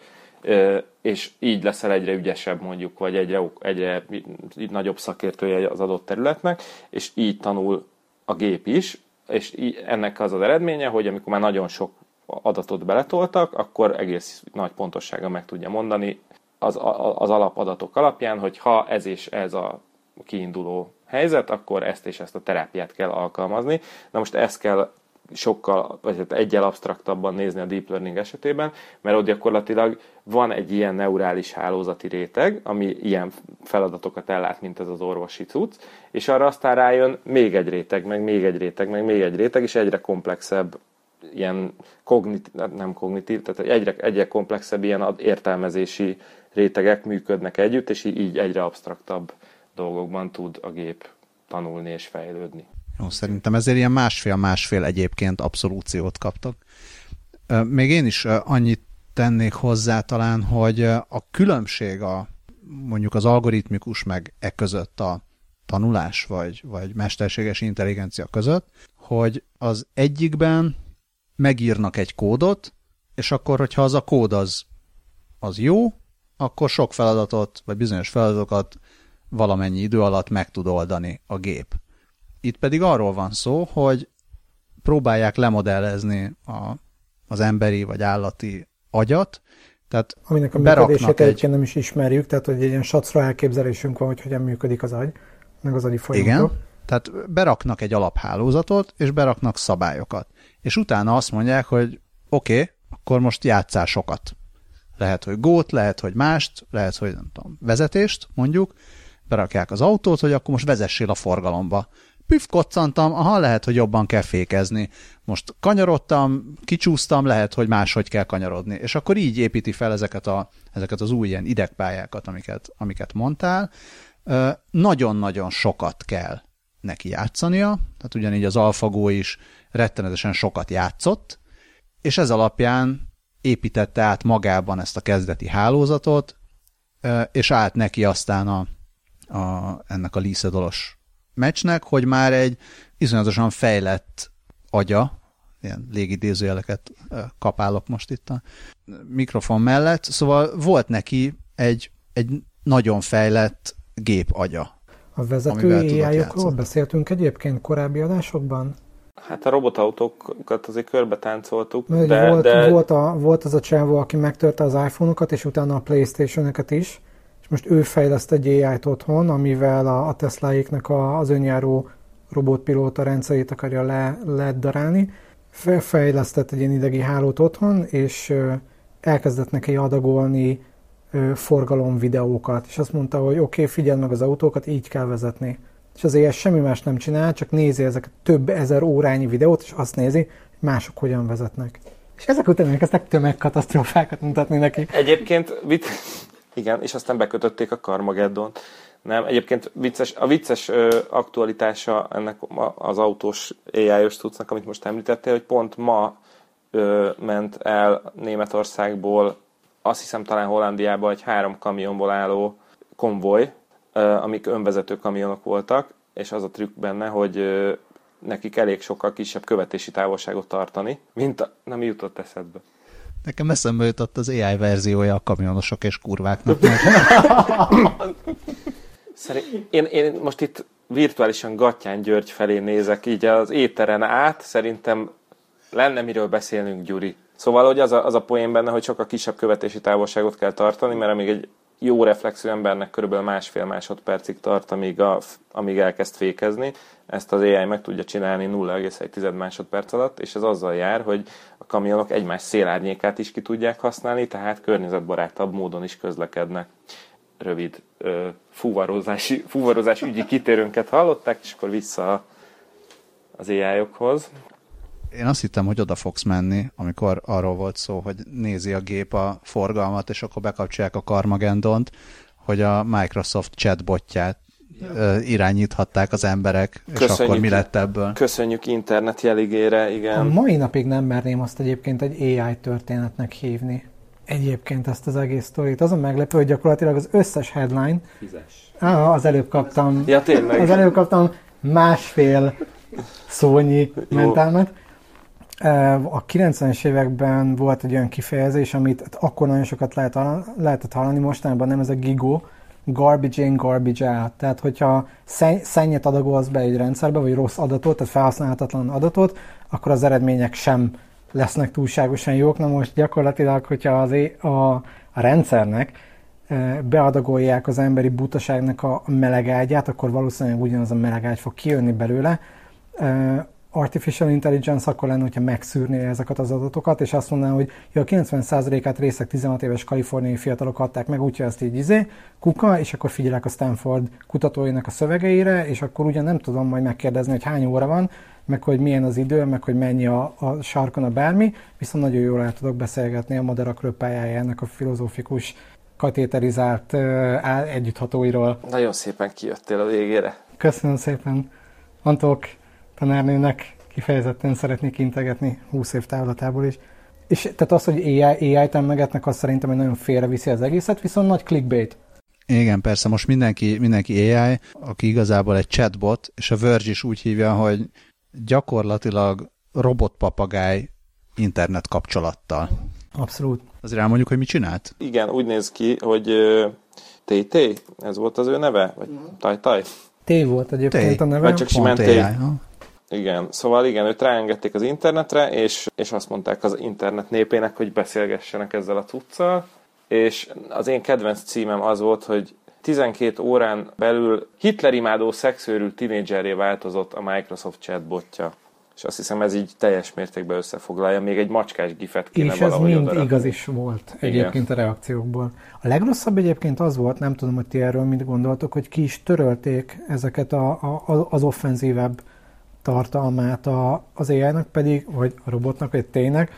és így leszel egyre ügyesebb mondjuk, vagy egyre, egyre nagyobb szakértője az adott területnek, és így tanul a gép is, és így, ennek az az eredménye, hogy amikor már nagyon sok adatot beletoltak, akkor egész nagy pontossággal meg tudja mondani az, az alapadatok alapján, hogy ha ez és ez a kiinduló helyzet, akkor ezt és ezt a terápiát kell alkalmazni. Na most ezt kell sokkal, vagy egyel absztraktabban nézni a deep learning esetében, mert ott gyakorlatilag van egy ilyen neurális hálózati réteg, ami ilyen feladatokat ellát, mint ez az orvosi cucc, és arra aztán rájön még egy réteg, meg még egy réteg, meg még egy réteg, és egyre komplexebb ilyen kognitív, nem kognitív, tehát egyre, egyre komplexebb ilyen értelmezési rétegek működnek együtt, és így egyre absztraktabb dolgokban tud a gép tanulni és fejlődni. Jó, szerintem ezért ilyen másfél-másfél egyébként abszolúciót kaptak. Még én is annyit tennék hozzá talán, hogy a különbség a mondjuk az algoritmikus meg e között a tanulás vagy, vagy mesterséges intelligencia között, hogy az egyikben megírnak egy kódot, és akkor, hogyha az a kód az, az jó, akkor sok feladatot, vagy bizonyos feladatokat valamennyi idő alatt meg tud oldani a gép. Itt pedig arról van szó, hogy próbálják lemodellezni a, az emberi vagy állati agyat, tehát aminek a működését egyébként nem is ismerjük, tehát hogy egy ilyen sacra elképzelésünk van, hogy hogyan működik az agy, meg az agyi folyamatok. Igen, tehát beraknak egy alaphálózatot, és beraknak szabályokat. És utána azt mondják, hogy oké, okay, akkor most játsszál sokat. Lehet, hogy gót, lehet, hogy mást, lehet, hogy nem tudom, vezetést mondjuk, berakják az autót, hogy akkor most vezessél a forgalomba. Püff, koccantam, aha, lehet, hogy jobban kell fékezni. Most kanyarodtam, kicsúsztam, lehet, hogy máshogy kell kanyarodni. És akkor így építi fel ezeket, a, ezeket az új ilyen idegpályákat, amiket, amiket mondtál. Nagyon-nagyon sokat kell neki játszania, tehát ugyanígy az AlphaGo is rettenetesen sokat játszott, és ez alapján építette át magában ezt a kezdeti hálózatot, és állt neki aztán a, a, ennek a Lisedolos meccsnek, hogy már egy iszonyatosan fejlett agya, ilyen légidézőjeleket kapálok most itt a mikrofon mellett, szóval volt neki egy, egy nagyon fejlett gép agya. A vezetői á í-okról beszéltünk egyébként korábbi adásokban? Hát a robotautókat azért körbe táncoltuk. De, volt, de... Volt, a, volt az a csávó, aki megtörte az iPhone-okat, és utána a PlayStation-öket is, és most ő fejleszt egy á í-t otthon, amivel a, a Tesla-éknek a, az önjáró robotpilóta rendszerét akarja le, ledarálni. Fejlesztett egy ilyen idegi hálót otthon, és ö, elkezdett neki adagolni ö, forgalom videókat, és azt mondta, hogy oké, okay, figyeld meg az autókat, így kell vezetni. És azért semmi más nem csinál, csak nézi ezeket több ezer órányi videót, és azt nézi, hogy mások hogyan vezetnek. És ezek után elkezdtek tömegkatasztrófákat mutatni neki. Egyébként, vit... igen, és aztán bekötötték a Carmageddont. Nem, egyébként vicces, a vicces ö, aktualitása ennek az autós á í-os cuccnak, amit most említettél, hogy pont ma ö, ment el Németországból, azt hiszem talán Hollandiába egy három kamionból álló konvoj, amik önvezető kamionok voltak, és az a trükk benne, hogy nekik elég sokkal kisebb követési távolságot tartani, mint a... Nem jutott eszedbe. Nekem eszembe jutott az á í verziója a kamionosok és kurváknak. Szerint, én, én most itt virtuálisan Gattyán György felé nézek, így az éteren át, szerintem lenne miről beszélnünk, Gyuri. Szóval, hogy az a, az a poén benne, hogy sokkal kisebb követési távolságot kell tartani, mert amíg egy jó reflexű embernek körülbelül másfél másodpercig tart, amíg, a, amíg elkezd fékezni. Ezt az á í meg tudja csinálni nulla egész egy másodperc alatt, és ez azzal jár, hogy a kamionok egymás szélárnyékát is ki tudják használni, tehát környezetbarátabb módon is közlekednek. Rövid ö, fuvarozási, fuvarozás ügyi kitérőnket hallották, és akkor vissza az á í-okhoz. Én azt hittem, hogy oda fogsz menni, amikor arról volt szó, hogy nézi a gép a forgalmat, és akkor bekapcsolják a Carmageddont, hogy a Microsoft chatbotját ja. irányíthatták az emberek, köszönjük, és akkor mi lett ebből? Köszönjük internet jeligére, igen. A mai napig nem merném azt egyébként egy á i történetnek hívni. Egyébként ezt az egész sztorit. Azon meglepő, hogy gyakorlatilag az összes headline... Fizes. Ah, az előbb kaptam... Ja, tényleg. Az előbb kaptam másfél szónyi mentálmet. A kilencvenes években volt egy olyan kifejezés, amit akkor nagyon sokat lehet, lehetett hallani, mostanában nem, ez a gigo, garbage in, garbage out. Tehát, hogyha szennyet adagolsz be egy rendszerbe, vagy rossz adatot, tehát felhasználhatatlan adatot, akkor az eredmények sem lesznek túlságosan jók. Na most gyakorlatilag, hogyha az é- a, a rendszernek beadagolják az emberi butaságnak a melegágyát, akkor valószínűleg ugyanaz a melegágy fog kijönni belőle. Artificial Intelligence akkor lenne, hogyha megszűrné ezeket az adatokat, és azt mondaná, hogy ja, a kilencven százalékát részek tizenhat éves kaliforniai fiatalok adták meg, úgyhogy ezt így izé, kuka, és akkor figyelek a Stanford kutatóinak a szövegeire, és akkor ugyan nem tudom majd megkérdezni, hogy hány óra van, meg hogy milyen az idő, meg hogy mennyi a, a sarkon a bármi, viszont nagyon jól el tudok beszélgetni a madarak röppájájának a filozófikus katéterizált uh, együtthatóiról. Nagyon szépen kijöttél a végére. Köszönöm szépen. Antok tanárnőnek kifejezetten szeretnék integetni húsz év távlatából is. És tehát az, hogy á i-t emlegetnek, az szerintem nagyon félreviszi az egészet, viszont nagy clickbait. Igen, persze, most mindenki, mindenki á i, aki igazából egy chatbot, és a Verge is úgy hívja, hogy gyakorlatilag robotpapagáj internet kapcsolattal. Abszolút. Azért elmondjuk, hogy mit csinált? Igen, úgy néz ki, hogy té té, ez volt az ő neve? Vagy Taj-Taj? T volt egyébként T. a neve. Vagy csak simán T. á i, Igen, szóval igen, őt ráengedték az internetre, és, és azt mondták az internet népének, hogy beszélgessenek ezzel a cuccal, és az én kedvenc címem az volt, hogy tizenkét órán belül Hitler-imádó szexőrült tinédzserré változott a Microsoft chatbotja. És azt hiszem, ez így teljes mértékben összefoglalja, még egy macskás gifet kéne és valahogy valahogy És ez mind igaz is volt egyébként igen. a reakciókból. A legrosszabb egyébként az volt, nem tudom, hogy ti erről mit gondoltok, hogy ki is törölték ezeket a, a, az offenzívebb tartalmát a, az á i-nak pedig, vagy a robotnak, vagy a T-nek,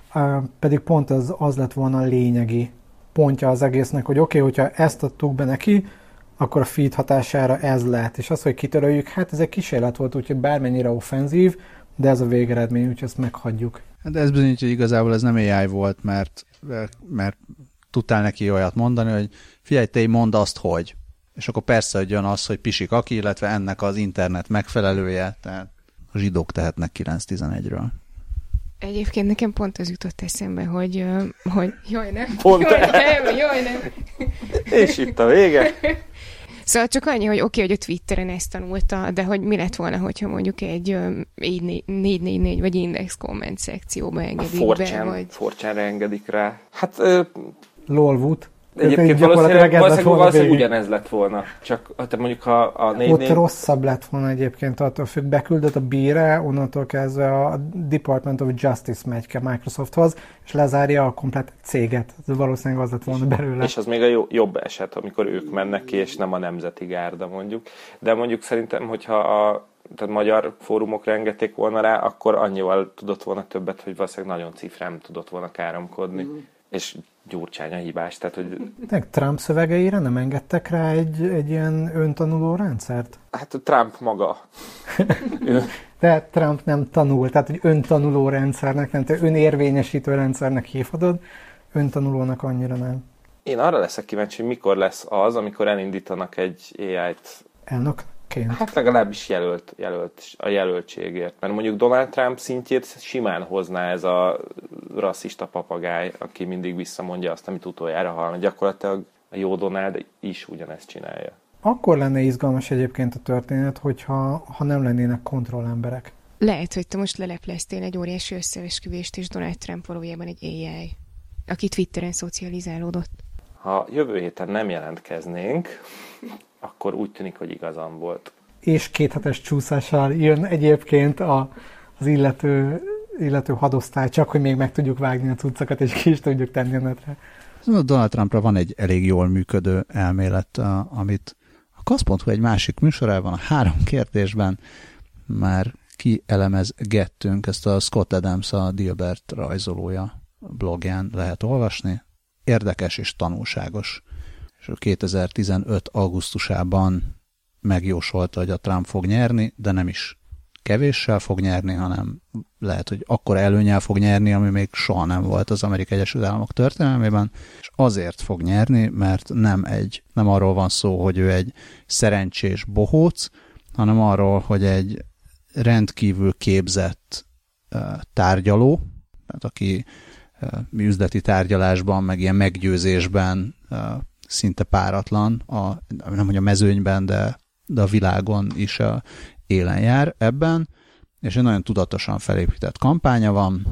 pedig pont az, az lett volna a lényegi pontja az egésznek, hogy oké, okay, hogyha ezt adtuk be neki, akkor a feed hatására ez lehet. És az, hogy kitöröljük, hát ez egy kísérlet volt, úgyhogy bármennyire offenzív, de ez a végeredmény, úgyhogy ezt meghagyjuk. De ez bizonyítja, hogy igazából ez nem á i volt, mert, mert tudtál neki olyat mondani, hogy figyelj, te mondd azt, hogy. És akkor persze, hogy jön az, hogy pisik aki, illetve ennek az internet megfelelője, tehát a zsidók tehetnek kilenc tizenegyről. Egyébként nekem pont az jutott eszembe, hogy, hogy jaj nem, pont jaj nem, jaj nem. És itt a vége. Szóval csak annyi, hogy oké, okay, hogy a Twitteren ezt tanulta, de hogy mi lett volna, hogyha mondjuk egy négy négy négy vagy Index komment szekcióba engedik forcsán, be, vagy... Forcsánra engedik rá. Hát... Ö... Lolwood. Egyébként valószínűleg, valószínűleg, valószínűleg ugyanez lett volna. Csak hát mondjuk ha a négy Ott rosszabb lett volna egyébként, attól függ, beküldött a bíre, onnantól kezdve a Department of Justice megy ki a Microsofthoz, és lezárja a komplet céget. Ez valószínűleg az lett volna belőle. És az még a jó, jobb eset, amikor ők mennek ki, és nem a Nemzeti Gárda mondjuk. De mondjuk szerintem, hogyha a tehát magyar fórumokra engedték volna rá, akkor annyival tudott volna többet, hogy valószínűleg nagyon cifrán tudott volna káromkodni. Mm. És Gyurcsány a hibás. Tehát, hogy... Trump szövegeire nem engedtek rá egy, egy ilyen öntanuló rendszert? Hát Trump maga. De Trump nem tanul, tehát hogy öntanuló rendszernek, nem te önérvényesítő rendszernek hívhatod, öntanulónak annyira nem. Én arra leszek kíváncsi, hogy mikor lesz az, amikor elindítanak egy á i-t. Elnökként? Hát legalábbis jelölt, jelölt a jelöltségért. Mert mondjuk Donald Trump szintjét simán hozná ez a rasszista papagáj, aki mindig visszamondja azt, amit utoljára hall. Gyakorlatilag a jó Donald is ugyanezt csinálja. Akkor lenne izgalmas egyébként a történet, hogyha ha nem lennének kontrollemberek. Lehet, hogy te most lelepleztél egy óriási összeesküvést, és Donald Trump valójában egy á i, aki Twitteren szocializálódott. Ha jövő héten nem jelentkeznénk, akkor úgy tűnik, hogy igazam volt. És kéthetes csúszással jön egyébként a, az illető, illető hadosztály, csak hogy még meg tudjuk vágni a cuccokat, és ki is tudjuk tenni a netre. Donald Trumpra van egy elég jól működő elmélet, amit a kasz pont hu egy másik műsorában, a három kérdésben már kielemezgettünk, ezt a Scott Adams, a Dilbert rajzolója blogján lehet olvasni. Érdekes és tanulságos. És kétezer-tizenöt augusztusában megjósolta, hogy a Trump fog nyerni, de nem is kevéssel fog nyerni, hanem lehet, hogy akkora előnnyel fog nyerni, ami még soha nem volt az Amerikai Egyesült Államok történelmében, és azért fog nyerni, mert nem egy, nem arról van szó, hogy ő egy szerencsés bohóc, hanem arról, hogy egy rendkívül képzett uh, tárgyaló, tehát aki uh, üzleti tárgyalásban, meg ilyen meggyőzésben uh, szinte páratlan, a, nem hogy a mezőnyben, de, de a világon is uh, élen jár ebben, és egy nagyon tudatosan felépített kampánya van,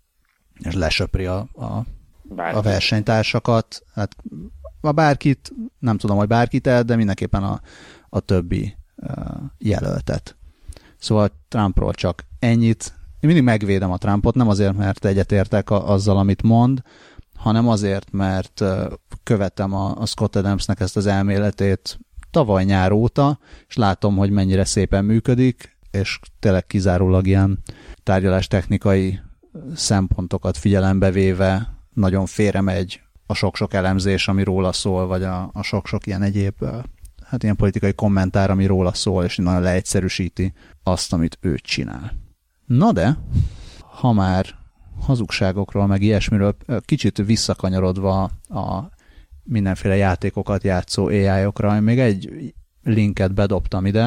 és lesöpri a, a, a versenytársakat. Hát a bárkit, nem tudom, hogy bárkit el, de mindenképpen a, a többi uh, jelöltet. Szóval Trumpról csak ennyit. Én mindig megvédem a Trumpot, nem azért, mert egyetértek a, azzal, amit mond, hanem azért, mert uh, követem a, a Scott Adamsnek ezt az elméletét tavaly nyár óta, és látom, hogy mennyire szépen működik, és tényleg kizárólag ilyen tárgyalástechnikai szempontokat figyelembe véve nagyon félremegy a sok-sok elemzés, ami róla szól, vagy a, a sok-sok ilyen egyéb, hát ilyen politikai kommentár, ami róla szól, és nagyon leegyszerűsíti azt, amit ő csinál. Na de, ha már hazugságokról, meg ilyesmiről kicsit visszakanyarodva a mindenféle játékokat játszó á í-okra, én még egy linket bedobtam ide,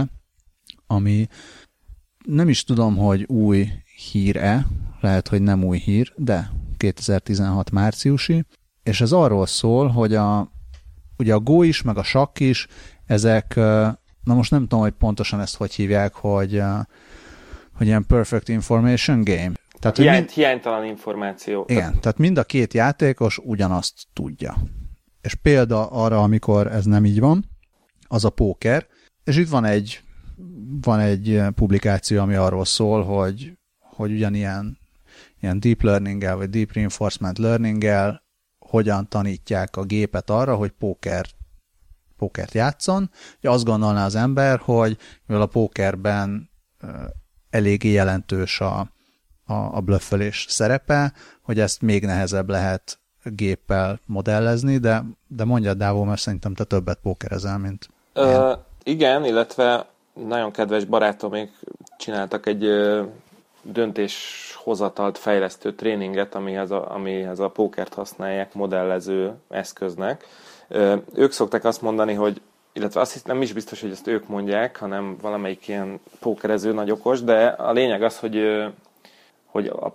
ami nem is tudom, hogy új hír-e, lehet, hogy nem új hír, de kétezer-tizenhat márciusi, és ez arról szól, hogy a, ugye a Go is, meg a sakk is, ezek, na most nem tudom, hogy pontosan ezt hogy hívják, hogy, hogy ilyen perfect information game. Tehát, Hiány, mind, hiánytalan információ. Igen, tehát mind a két játékos ugyanazt tudja. És példa arra, amikor ez nem így van, az a póker, és itt van egy, van egy publikáció, ami arról szól, hogy, hogy ugyanilyen ilyen deep learning-el, vagy deep reinforcement learning-el hogyan tanítják a gépet arra, hogy póker, pókert játszon. Ugye azt gondolná az ember, hogy mivel a pókerben uh, eléggé jelentős a, a, a blöffölés szerepe, hogy ezt még nehezebb lehet géppel modellezni, de, de mondjad, Dávó, mert szerintem te többet pókerezel, mint Ö, igen, illetve nagyon kedves barátomik csináltak egy ö, döntéshozatalt fejlesztő tréninget, amihez a, amihez a pókert használják modellező eszköznek. Ö, ők szokták azt mondani, hogy, illetve azt hiszem, nem is biztos, hogy ezt ők mondják, hanem valamelyik ilyen pókerező nagy okos, de a lényeg az, hogy, ö, hogy a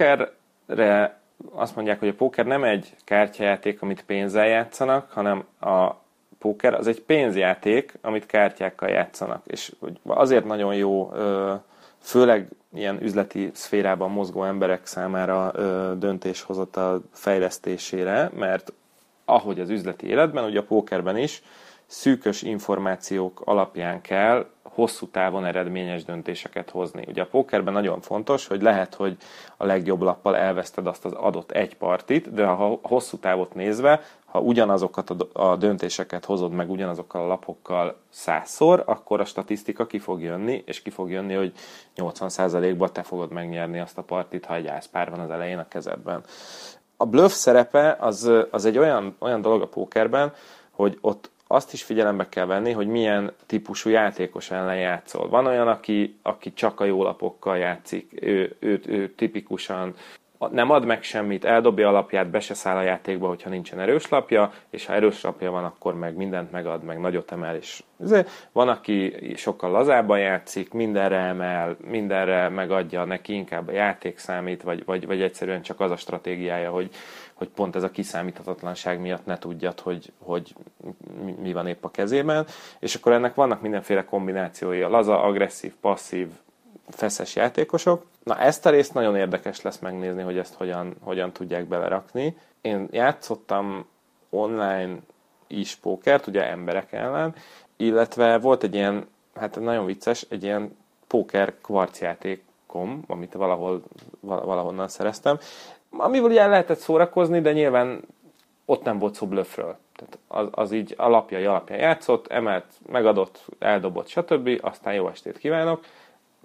pókerre azt mondják, hogy a póker nem egy kártyajáték, amit pénzzel játszanak, hanem a póker az egy pénzjáték, amit kártyákkal játszanak. És azért nagyon jó, főleg ilyen üzleti szférában mozgó emberek számára döntéshozatal fejlesztésére, mert ahogy az üzleti életben, ugye a pókerben is szűkös információk alapján kell hosszú távon eredményes döntéseket hozni. Ugye a pókerben nagyon fontos, hogy lehet, hogy a legjobb lappal elveszted azt az adott egy partit, de ha hosszú távot nézve, ha ugyanazokat a döntéseket hozod meg ugyanazokkal a lapokkal százszor, akkor a statisztika ki fog jönni, és ki fog jönni, hogy nyolcvan százalékban te fogod megnyerni azt a partit, ha egy ászpár van az elején a kezedben. A bluff szerepe az, az egy olyan, olyan dolog a pókerben, hogy ott azt is figyelembe kell venni, hogy milyen típusú játékos ellen játszol. Van olyan, aki, aki csak a jó lapokkal játszik, ő, ő, ő tipikusan nem ad meg semmit, eldobja a lapját, be se száll a játékba, hogyha nincsen erős lapja, és ha erős lapja van, akkor meg mindent megad, meg nagyot emel. És van, aki sokkal lazábban játszik, mindenre emel, mindenre megadja, neki inkább a játék számít, vagy, vagy, vagy egyszerűen csak az a stratégiája, hogy, hogy pont ez a kiszámíthatatlanság miatt ne tudjad, hogy, hogy mi van épp a kezében. És akkor ennek vannak mindenféle kombinációi, a laza, agresszív, passzív, feszes játékosok. Na, ezt a részt nagyon érdekes lesz megnézni, hogy ezt hogyan, hogyan tudják belerakni. Én játszottam online is pókert, ugye emberek ellen, illetve volt egy ilyen, hát nagyon vicces, egy ilyen póker kvarcjátékom, amit valahol, valahonnan szereztem, amivel ugye el lehetett szórakozni, de nyilván ott nem volt szó bluffről. Tehát az, az így alapjai alapján játszott, emelt, megadott, eldobott, stb. Aztán jó estét kívánok.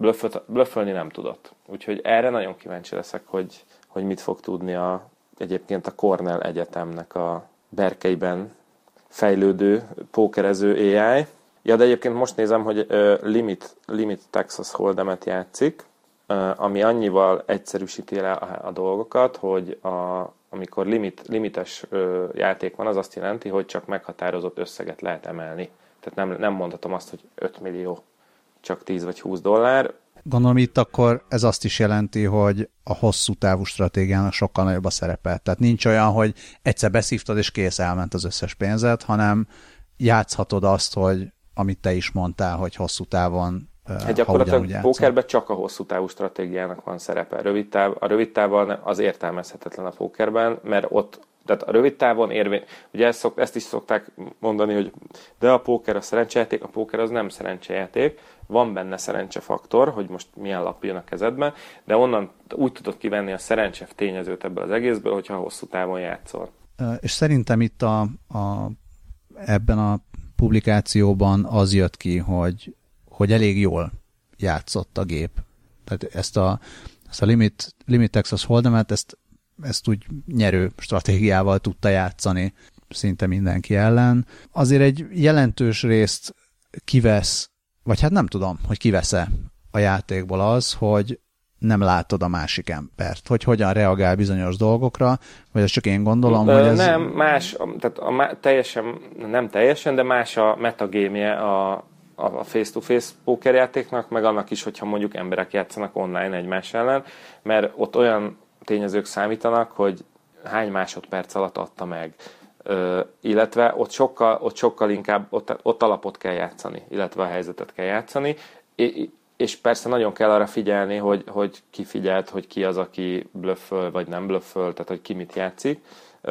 blöfföt, blöffölni nem tudott. Úgyhogy erre nagyon kíváncsi leszek, hogy, hogy mit fog tudni a, egyébként a Cornell Egyetemnek a berkeiben fejlődő, pókerező á i. Ja, de egyébként most nézem, hogy uh, Limit, Limit Texas Hold'emet játszik, uh, ami annyival egyszerűsíti le a, a dolgokat, hogy a, amikor limit, limites uh, játék van, az azt jelenti, hogy csak meghatározott összeget lehet emelni. Tehát nem, nem mondhatom azt, hogy öt millió, csak tíz vagy húsz dollár. Gondolom itt akkor ez azt is jelenti, hogy a hosszú távú stratégiának sokkal nagyobb a szerepe. Tehát nincs olyan, hogy egyszer beszívtad és kész, elment az összes pénzed, hanem játszhatod azt, hogy amit te is mondtál, hogy hosszú távon hát gyakorlatilag pókerben csak a hosszú távú stratégiának van szerepe. Rövid táv, a rövid távon az értelmezhetetlen a pókerben, mert ott, tehát a rövid távon érvény, ugye ezt, szok, ezt is szokták mondani, hogy de a póker a szerencsejáték, a póker az nem szerencsejáték, van benne szerencsefaktor, hogy most milyen lap jön a kezedben, de onnan úgy tudod kivenni a szerencse tényezőt ebből az egészből, hogyha hosszú távon játszol. És szerintem itt a, a, ebben a publikációban az jött ki, hogy, hogy elég jól játszott a gép. Tehát ezt a, ezt a Limit, Limit Texas Hold'emet, ezt, ezt úgy nyerő stratégiával tudta játszani szinte mindenki ellen. Azért egy jelentős részt kivesz, vagy hát nem tudom, hogy kivesz-e a játékból az, hogy nem látod a másik embert, hogy hogyan reagál bizonyos dolgokra, vagy ezt csak én gondolom, Ö, hogy ez... Nem, más, tehát a, teljesen, nem teljesen, de más a metagémje a, a face-to-face pókerjátéknak, meg annak is, hogyha mondjuk emberek játszanak online egymás ellen, mert ott olyan tényezők számítanak, hogy hány másodperc alatt adta meg, Ö, illetve ott sokkal, ott sokkal inkább, ott, ott alapot kell játszani, illetve a helyzetet kell játszani, é, és persze nagyon kell arra figyelni, hogy, hogy ki figyelt, hogy ki az, aki blöfföl, vagy nem blöfföl, tehát hogy ki mit játszik.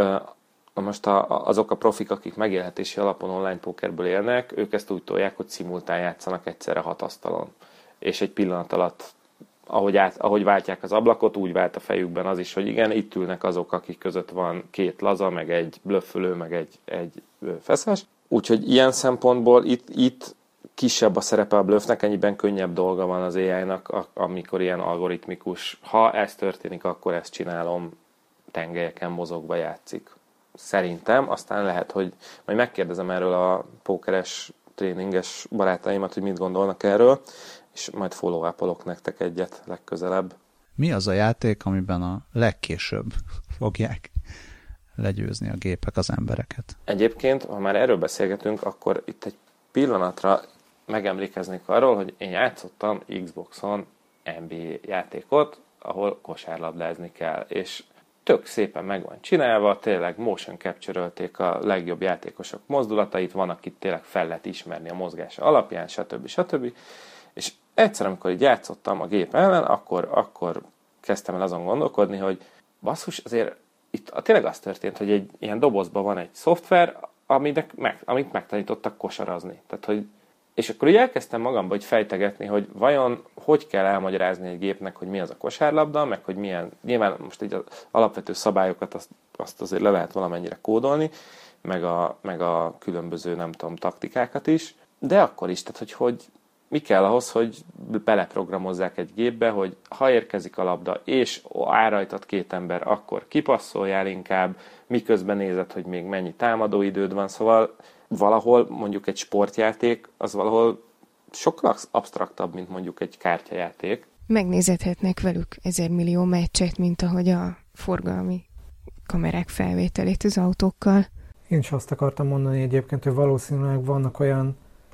Most a, azok a profik, akik megélhetési alapon online pókerből élnek, ők ezt úgy tolják, hogy szimultán játszanak egyszerre hat asztalon. És egy pillanat alatt, ahogy, át, ahogy váltják az ablakot, úgy vált a fejükben az is, hogy igen, itt ülnek azok, akik között van két laza, meg egy blöffölő, meg egy, egy feszes. Úgyhogy ilyen szempontból itt, itt kisebb a szerepe a bluffnek, ennyiben könnyebb dolga van az á i-nak, amikor ilyen algoritmikus, ha ez történik, akkor ezt csinálom, tengelyeken mozogva játszik. Szerintem, aztán lehet, hogy majd megkérdezem erről a pókeres, tréninges barátaimat, hogy mit gondolnak erről, és majd follow-upolok nektek egyet legközelebb. Mi az a játék, amiben a legkésőbb fogják legyőzni a gépek az embereket? Egyébként, ha már erről beszélgetünk, akkor itt egy pillanatra megemlékeznék arról, hogy én játszottam Xboxon en bé á játékot, ahol kosárlabdázni kell, és tök szépen meg van csinálva, tényleg motion capture-ölték a legjobb játékosok mozdulatait, van, akit tényleg fel lehet ismerni a mozgása alapján, stb. stb. És egyszer, amikor így játszottam a gép ellen, akkor, akkor kezdtem el azon gondolkodni, hogy basszus, azért itt tényleg az történt, hogy egy ilyen dobozban van egy szoftver, amit, meg, amit megtanítottak kosarazni. Tehát, hogy, és akkor így elkezdtem magamba hogy fejtegetni, hogy vajon hogy kell elmagyarázni egy gépnek, hogy mi az a kosárlabda, meg hogy milyen, nyilván most így az alapvető szabályokat azt, azt azért le lehet valamennyire kódolni, meg a, meg a különböző, nem tudom, taktikákat is, de akkor is, tehát hogy, hogy mi kell ahhoz, hogy beleprogramozzák egy gépbe, hogy ha érkezik a labda, és árajtat két ember, akkor kipasszoljál inkább, miközben nézed, hogy még mennyi támadóidőd van, szóval valahol mondjuk egy sportjáték, az valahol sokkal absztraktabb, mint mondjuk egy kártyajáték. Megnézhetnek velük ezer millió meccset, mint ahogy a forgalmi kamerák felvételét az autókkal. Én is azt akartam mondani egyébként, hogy valószínűleg vannak olyan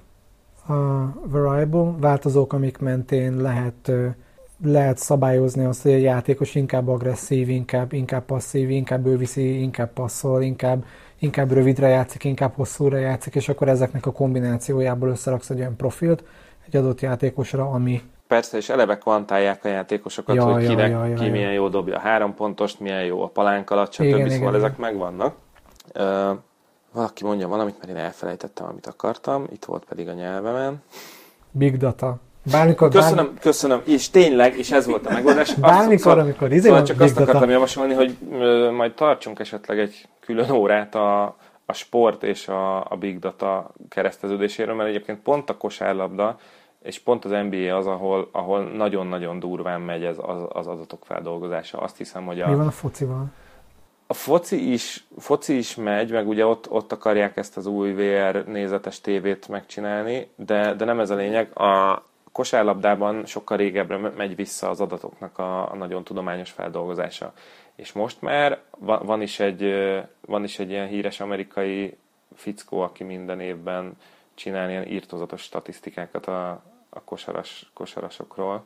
a variable, változók, amik mentén lehet, lehet szabályozni azt, hogy a játékos inkább agresszív, inkább, inkább passzív, inkább ő viszi, inkább passzol, inkább, inkább rövidre játszik, inkább hosszúra játszik, és akkor ezeknek a kombinációjából összeraksz egy olyan profilt egy adott játékosra, ami... Persze, és eleve kvantálják a játékosokat, ja, hogy kinek, ja, ja, ja, ki ja. milyen jó dobja a három pontost, milyen jó a palánk alatt, stb. Igen, szóval igen, ezek igen. megvannak. Uh, Valaki mondja valamit, mert én elfelejtettem, amit akartam, itt volt pedig a nyelvemen. Big data. Bármikor, köszönöm, bármikor... köszönöm, és tényleg, és ez volt a megoldás. Bármikor, szóval, amikor izé szóval csak azt akartam javasolni, hogy ö, majd tartsunk esetleg egy külön órát a, a sport és a, a big data kereszteződéséről, mert egyébként pont a kosárlabda és pont az en bé á az, ahol, ahol nagyon-nagyon durván megy ez az, az adatok feldolgozása. Azt hiszem, hogy a... Mi van a focival? A foci is, foci is megy, meg ugye ott, ott akarják ezt az új vé er nézetes tévét megcsinálni, de, de nem ez a lényeg. A kosárlabdában sokkal régebbre megy vissza az adatoknak a, a nagyon tudományos feldolgozása. És most már van, van, is egy, van is egy ilyen híres amerikai fickó, aki minden évben csinál ilyen írtózatos statisztikákat a, a kosaras, kosarasokról.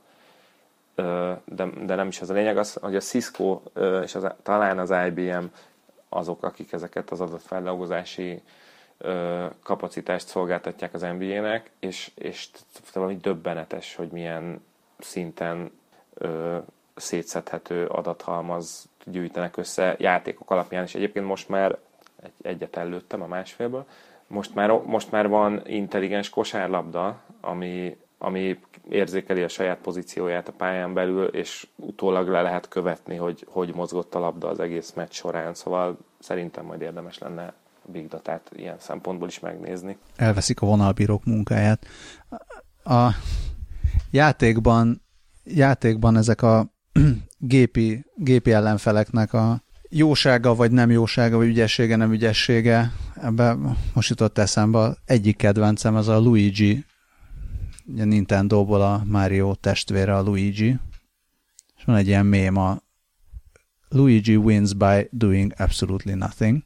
De, de nem is az a lényeg, az, hogy a Cisco és az, talán az i bé em azok, akik ezeket az adatfeldolgozási kapacitást szolgáltatják az en bé á-nek, és, és valami döbbenetes, hogy milyen szinten ö, szétszedhető adathalmaz gyűjtenek össze játékok alapján, és egyébként most már egy, egyet előttem a másfélből, most már, most már van intelligens kosárlabda, ami ami érzékeli a saját pozícióját a pályán belül, és utólag le lehet követni, hogy hogy mozgott a labda az egész meccs során. Szóval szerintem majd érdemes lenne a Big Datát ilyen szempontból is megnézni. Elveszik a vonalbírók munkáját. A játékban, játékban ezek a gépi, gépi ellenfeleknek a jósága, vagy nem jósága, vagy ügyessége, nem ügyessége, ebben most jutott eszembe egyik kedvencem, az a Luigi, ugye Nintendóból a Mario testvére a Luigi, és van egy ilyen mém, a Luigi wins by doing absolutely nothing.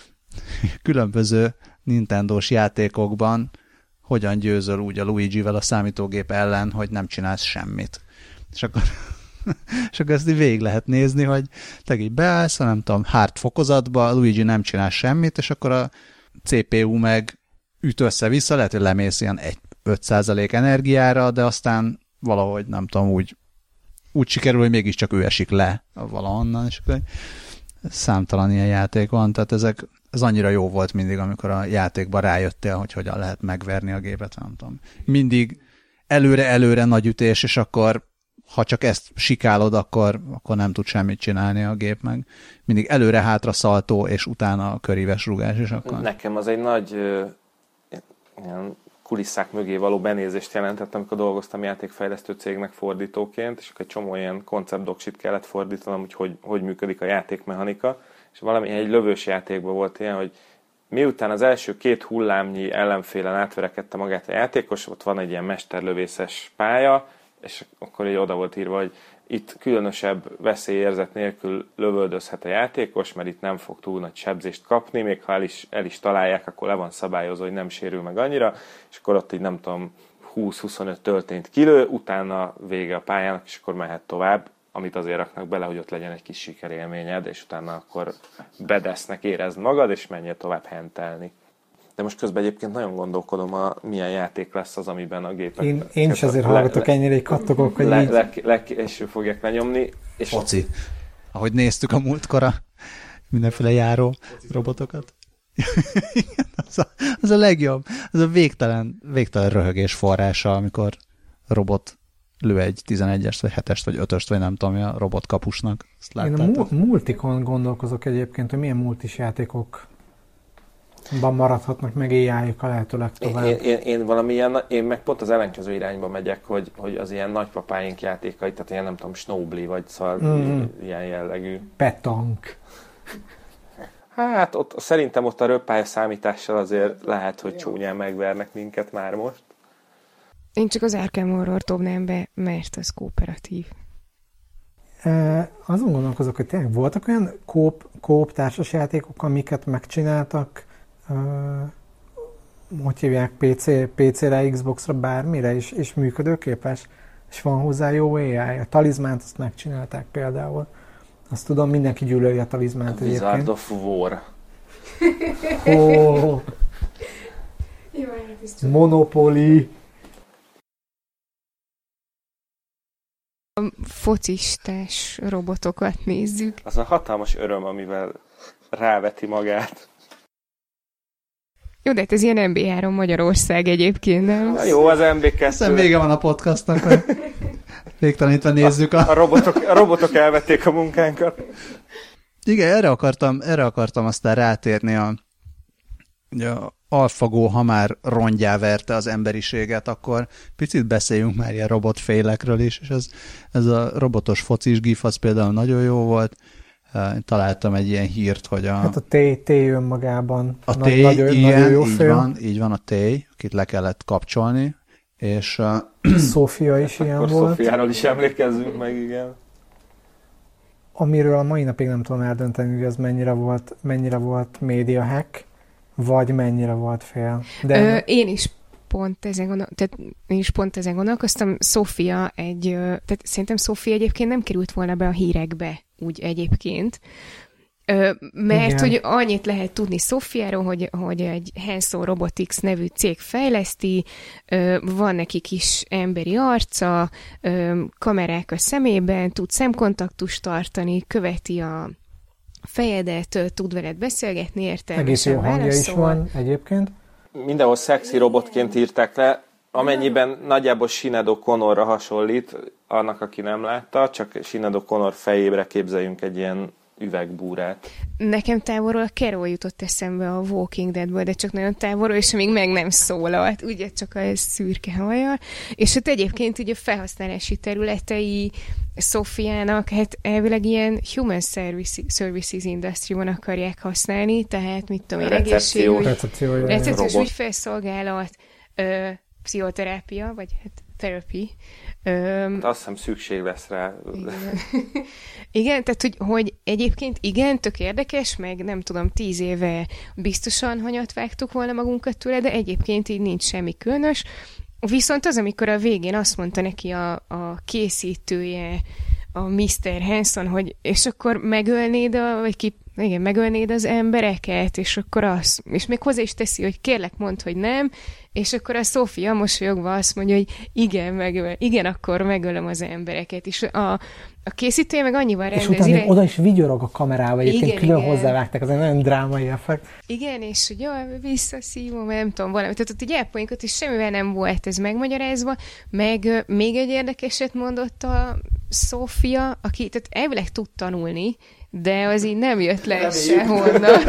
Különböző Nintendós játékokban hogyan győzöl úgy a Luigivel a számítógép ellen, hogy nem csinálsz semmit. És akkor, és akkor ezt így végig lehet nézni, hogy te így beállsz, nem tudom, hard fokozatba, Luigi nem csinál semmit, és akkor a cé pé u meg üt össze-vissza, lehet, hogy lemész ilyen egy öt százalék energiára, de aztán valahogy, nem tudom, úgy, úgy sikerül, hogy mégiscsak ő esik le valahonnan, és akkor számtalan ilyen játék van, tehát ezek, ez annyira jó volt mindig, amikor a játékban rájöttél, hogy hogyan lehet megverni a gépet, nem tudom. Mindig előre-előre nagy ütés, és akkor ha csak ezt sikálod, akkor, akkor nem tud semmit csinálni a gép, meg mindig előre-hátra szaltó, és utána a köríves rugás, és akkor... Nekem az egy nagy ö, ilyen kulisszák mögé való benézést jelentett, amikor dolgoztam játékfejlesztő cégnek fordítóként, és akkor egy csomó ilyen konceptdoksit kellett fordítanom, hogy, hogy hogy működik a játékmechanika, és valami egy lövős játékban volt ilyen, hogy miután az első két hullámnyi ellenfélen átverekedte magát a játékos, ott van egy ilyen mesterlövészes pálya, és akkor így oda volt írva, hogy itt különösebb veszélyérzet nélkül lövöldözhet a játékos, mert itt nem fog túl nagy sebzést kapni, még ha el is, el is találják, akkor le van szabályozva, hogy nem sérül meg annyira, és akkor ott így nem tudom, húsz-huszonöt töltényt kilő, utána vége a pályának, és akkor mehet tovább, amit azért raknak bele, hogy ott legyen egy kis sikerélményed, és utána akkor bedesznek, érezd magad, és menjél tovább hentelni. De most közben egyébként nagyon gondolkodom, a, milyen játék lesz az, amiben a gépek... Én, én is azért hallgatok le, ennyire, egy kattogok, hogy le, így... Le, le, le, fogják lenyomni. És foci. Ahogy néztük a múltkor a mindenféle járó robotokat. az, a, az a legjobb. Az a végtelen, végtelen röhögés forrása, amikor robot lő egy tizenegyest, vagy hetest, vagy ötöst, vagy nem tudom, a robotkapusnak. Én a mu- multikon gondolkozok egyébként, hogy milyen multis játékok maradhatnak meg éjjájuk a lehető legtovább. Én, én, én valamilyen, én meg pont az ellenkező irányba megyek, hogy, hogy az ilyen nagypapáink játékai, tehát ilyen nem tudom, Snowbly, vagy szóval mm. ilyen jellegű. Petank. Hát ott, szerintem ott a röppálya számítással azért lehet, hogy csúnyán megvernek minket már most. Én csak az Arkham Horror dobnám be, mert az kooperatív. E, azon gondolkozok, hogy tényleg voltak olyan kóp, kóp társasjátékok, amiket megcsináltak, e, hogy hívják, pé cé, pé cére, Xboxra, bármire, és, és működőképes, és van hozzá jó á i. A Talizmánt azt megcsinálták például. Azt tudom, mindenki gyűlöli a Talizmánt a egyébként. Wizard of War. Oh. Monopoly. A focistás robotokat nézzük. Az a hatalmas öröm, amivel ráveti magát. Jó, de hát ez ilyen em bé három Magyarország egyébként, nem? Na jó, az em bé kettő. Aztán vége van a podcastnak, hogy végtelenítve nézzük a... A, a, robotok, a robotok elvették a munkánkat. Igen, erre akartam, erre akartam aztán rátérni a, a AlphaGo, ha már rongyá verte az emberiséget, akkor picit beszéljünk már ilyen robotfélekről is, és ez, ez a robotos focis gif, az például nagyon jó volt. Találtam egy ilyen hírt, hogy a... Hát a Téj, Téj önmagában a téj, nagyon, igen, nagyon jó így film. van, így van a Téj, akit le kellett kapcsolni, és... Uh... Szófia is ilyen akkor volt. Szófiáról is emlékezzünk meg, igen. Amiről a mai napig nem tudom eldönteni, hogy az mennyire volt, mennyire volt média hack, vagy mennyire volt fél. De Ö, én is pont ezen gondol, tehát én is pont ezen gondolkoztam. Szófia egy, tehát szerintem Szófia egyébként nem került volna be a hírekbe, úgy egyébként. Ö, mert igen. Hogy annyit lehet tudni Szófiáról, hogy, hogy egy Hanson Robotics nevű cég fejleszti, ö, van neki kis emberi arca, ö, kamerák a szemében, tud szemkontaktust tartani, követi a fejedet, tud veled beszélgetni, értelmesen válaszol. Egész jó hangja is van egyébként. Mindenhol szexi robotként írták le, amennyiben nagyjából Sinéad O'Connorra hasonlít, annak, aki nem látta, csak Sinéad O'Connor fejébre képzeljünk egy ilyen üvegbúrát. Nekem távolról a Carol jutott eszembe a Walking Deadből, de csak nagyon távolról, és még meg nem szólalt, ugye csak a szürke hajjal. És hát egyébként ugye a felhasználási területei Szófiának, hát elvileg ilyen human services, services industry-ban akarják használni, tehát mit tudom én, egészségügy, recepciós ügyfélszolgálat, ö, pszichoterápia, vagy hát therapy. Öm, hát azt hiszem szükség lesz rá. Igen. Igen, tehát hogy, hogy egyébként igen, tök érdekes, meg nem tudom, tíz éve biztosan hanyat vágtuk volna magunkat tőle, de egyébként így nincs semmi különös. Viszont az, amikor a végén azt mondta neki a, a készítője, a miszter Hanson, hogy és akkor megölnéd, a, vagy ki, igen, megölnéd az embereket, és akkor az, és még hozzá is teszi, hogy kérlek, mondd, hogy nem, és akkor a Szófia mosolyogva azt mondja, hogy igen, megöl, igen, akkor megölöm az embereket, és a, a készítője meg annyival rendezi. És utána re... oda is vigyorog a kamerába, egyébként igen, külön igen. hozzávágták, az egy nagyon drámai effekt. Igen, és hogy jó, visszaszívom, nem tudom, valami. Tehát ott így elpoinkat, és semmivel nem volt ez megmagyarázva, meg uh, még egy érdekeset mondott a Szófia, aki tehát elvileg tud tanulni, de az így nem jött le sehonnan.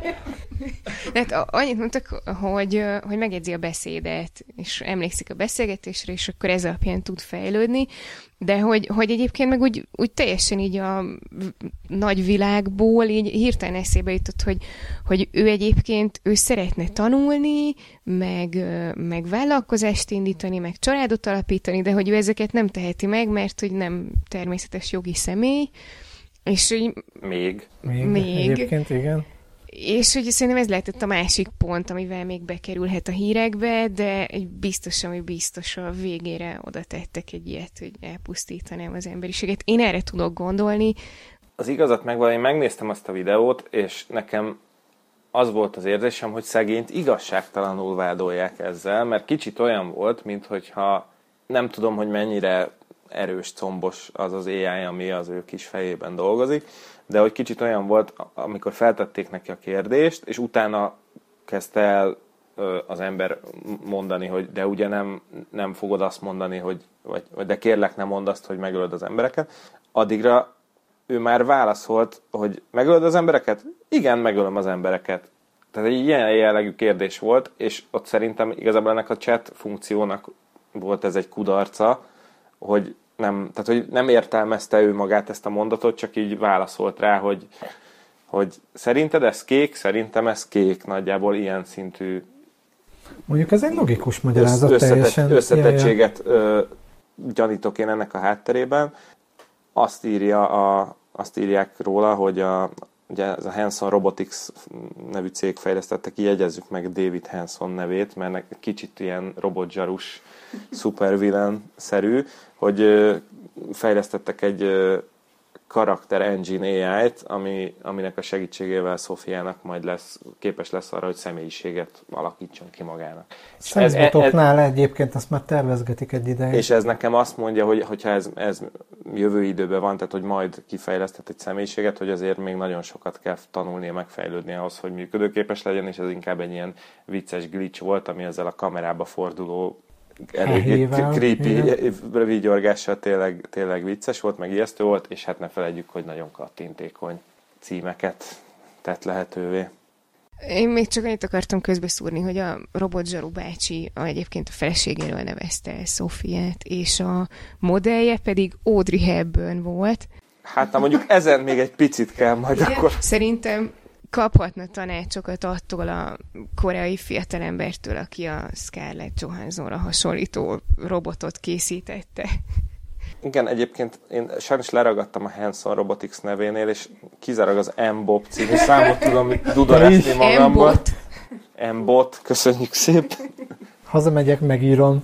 Tehát annyit mondtak, hogy, hogy megjegyzi a beszédet, és emlékszik a beszélgetésre, és akkor ez alapján tud fejlődni, de hogy, hogy egyébként meg úgy, úgy teljesen így a nagy világból így hirtelen eszébe jutott, hogy, hogy ő egyébként ő szeretne tanulni, meg, meg vállalkozást indítani, meg családot alapítani, de hogy ő ezeket nem teheti meg, mert hogy nem természetes jogi személy, és hogy még. Még, még. Egyébként, igen. És hogy szerintem ez lehetett a másik pont, amivel még bekerülhet a hírekbe, de egy biztos, ami biztos a végére oda tettek egy ilyet, hogy elpusztítanám az emberiséget. Én erre tudok gondolni. Az igazat megvan, én megnéztem azt a videót, és nekem az volt az érzésem, hogy szegényt igazságtalanul vádolják ezzel, mert kicsit olyan volt, minthogyha nem tudom, hogy mennyire erős, combos az az á i, ami az ő kis fejében dolgozik, de hogy kicsit olyan volt, amikor feltették neki a kérdést, és utána kezdte el az ember mondani, hogy de ugye nem, nem fogod azt mondani, hogy, vagy, vagy de kérlek, nem mondd azt, hogy megölöd az embereket. Addigra ő már válaszolt, hogy megölöd az embereket? Igen, megölöm az embereket. Tehát egy ilyen jellegű kérdés volt, és ott szerintem igazából ennek a chat funkciónak volt ez egy kudarca, hogy nem, tehát, hogy nem értelmezte ő magát ezt a mondatot, csak így válaszolt rá, hogy, hogy szerinted ez kék, szerintem ez kék, nagyjából ilyen szintű mondjuk ez egy logikus magyarázat összetett, teljesen. összetettséget ja, ja. gyanítok én ennek a hátterében. Azt, írja a, azt írják róla, hogy a, ugye ez a Hanson Robotics nevű cég fejlesztette ki, jegyezzük meg David Hanson nevét, mert kicsit ilyen robotzsarus, supervillain-szerű, hogy fejlesztettek egy karakter engine á í-t, ami, aminek a segítségével Szófiának majd lesz, képes lesz arra, hogy személyiséget alakítson ki magának. Szemzbotoknál egyébként azt már tervezgetik egy ideig. És ez nekem azt mondja, hogy hogyha ez, ez jövő időben van, tehát hogy majd kifejlesztett egy személyiséget, hogy azért még nagyon sokat kell tanulnia, megfejlődni ahhoz, hogy működőképes legyen, és ez inkább egy ilyen vicces glitch volt, ami ezzel a kamerába forduló eléggé creepy vigyorgással tényleg, tényleg vicces volt, meg ijesztő volt, és hát ne felejtjük, hogy nagyon kattintékony címeket tett lehetővé. Én még csak annyit akartam közbeszúrni, hogy a Robot Zsaru bácsi a, egyébként a feleségéről nevezte el Sofiát, és a modellje pedig Audrey Hepburn volt. Hát na mondjuk ezen még egy picit kell majd igen, akkor. Szerintem kaphatna tanácsokat attól a koreai fiatalembertől, aki a Scarlett Johanssonra hasonlító robotot készítette. Igen, egyébként én sajnos leragadtam a Hanson Robotics nevénél, és kizárólag az M-Bob című számot tudom dudoreszni magamban. M-Bot. M-Bot, köszönjük szépen. Hazamegyek, megírom.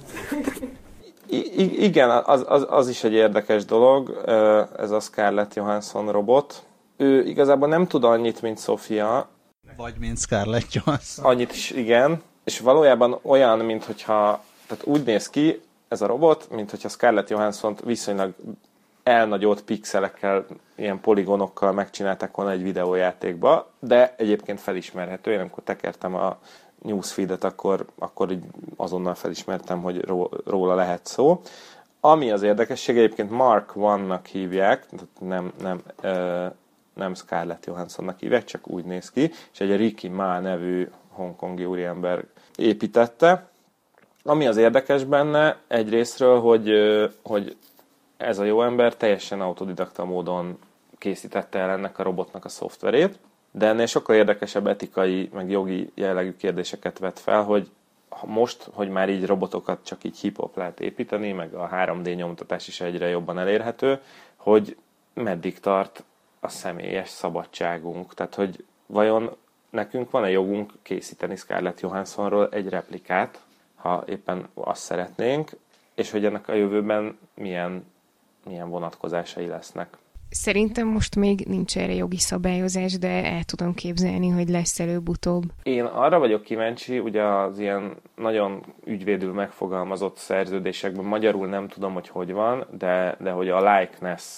I- igen, az, az, az is egy érdekes dolog, ez a Scarlett Johansson robot. Ő igazából nem tud annyit, mint Sofia. Vagy mint Scarlett Johansson. Annyit is, igen. És valójában olyan, mint hogyha, tehát úgy néz ki ez a robot, mint hogyha Scarlett Johanssont viszonylag elnagyolt pixelekkel, ilyen poligonokkal megcsinálták volna egy videójátékba, de egyébként felismerhető. Én amikor tekertem a newsfeedet, akkor, akkor így azonnal felismertem, hogy róla lehet szó. Ami az érdekesség, egyébként Mark One-nak hívják, nem, nem, nem Scarlett Johanssonnak hívják, csak úgy néz ki, és egy Ricky Ma nevű hongkongi úriember építette. Ami az érdekes benne egyrésztről, hogy, hogy ez a jó ember teljesen autodidakta módon készítette el ennek a robotnak a szoftverét, de ennél sokkal érdekesebb etikai, meg jogi jellegű kérdéseket vet fel, hogy most, hogy már így robotokat csak így hip-hop lehet építeni, meg a három dé nyomtatás is egyre jobban elérhető, hogy meddig tart a személyes szabadságunk. Tehát, hogy vajon nekünk van-e jogunk készíteni Scarlett Johanssonról egy replikát, ha éppen azt szeretnénk, és hogy ennek a jövőben milyen, milyen vonatkozásai lesznek. Szerintem most még nincs erre jogi szabályozás, de el tudom képzelni, hogy lesz előbb-utóbb. Én arra vagyok kíváncsi, ugye az ilyen nagyon ügyvédül megfogalmazott szerződésekben, magyarul nem tudom, hogy hogy van, de, de hogy a likeness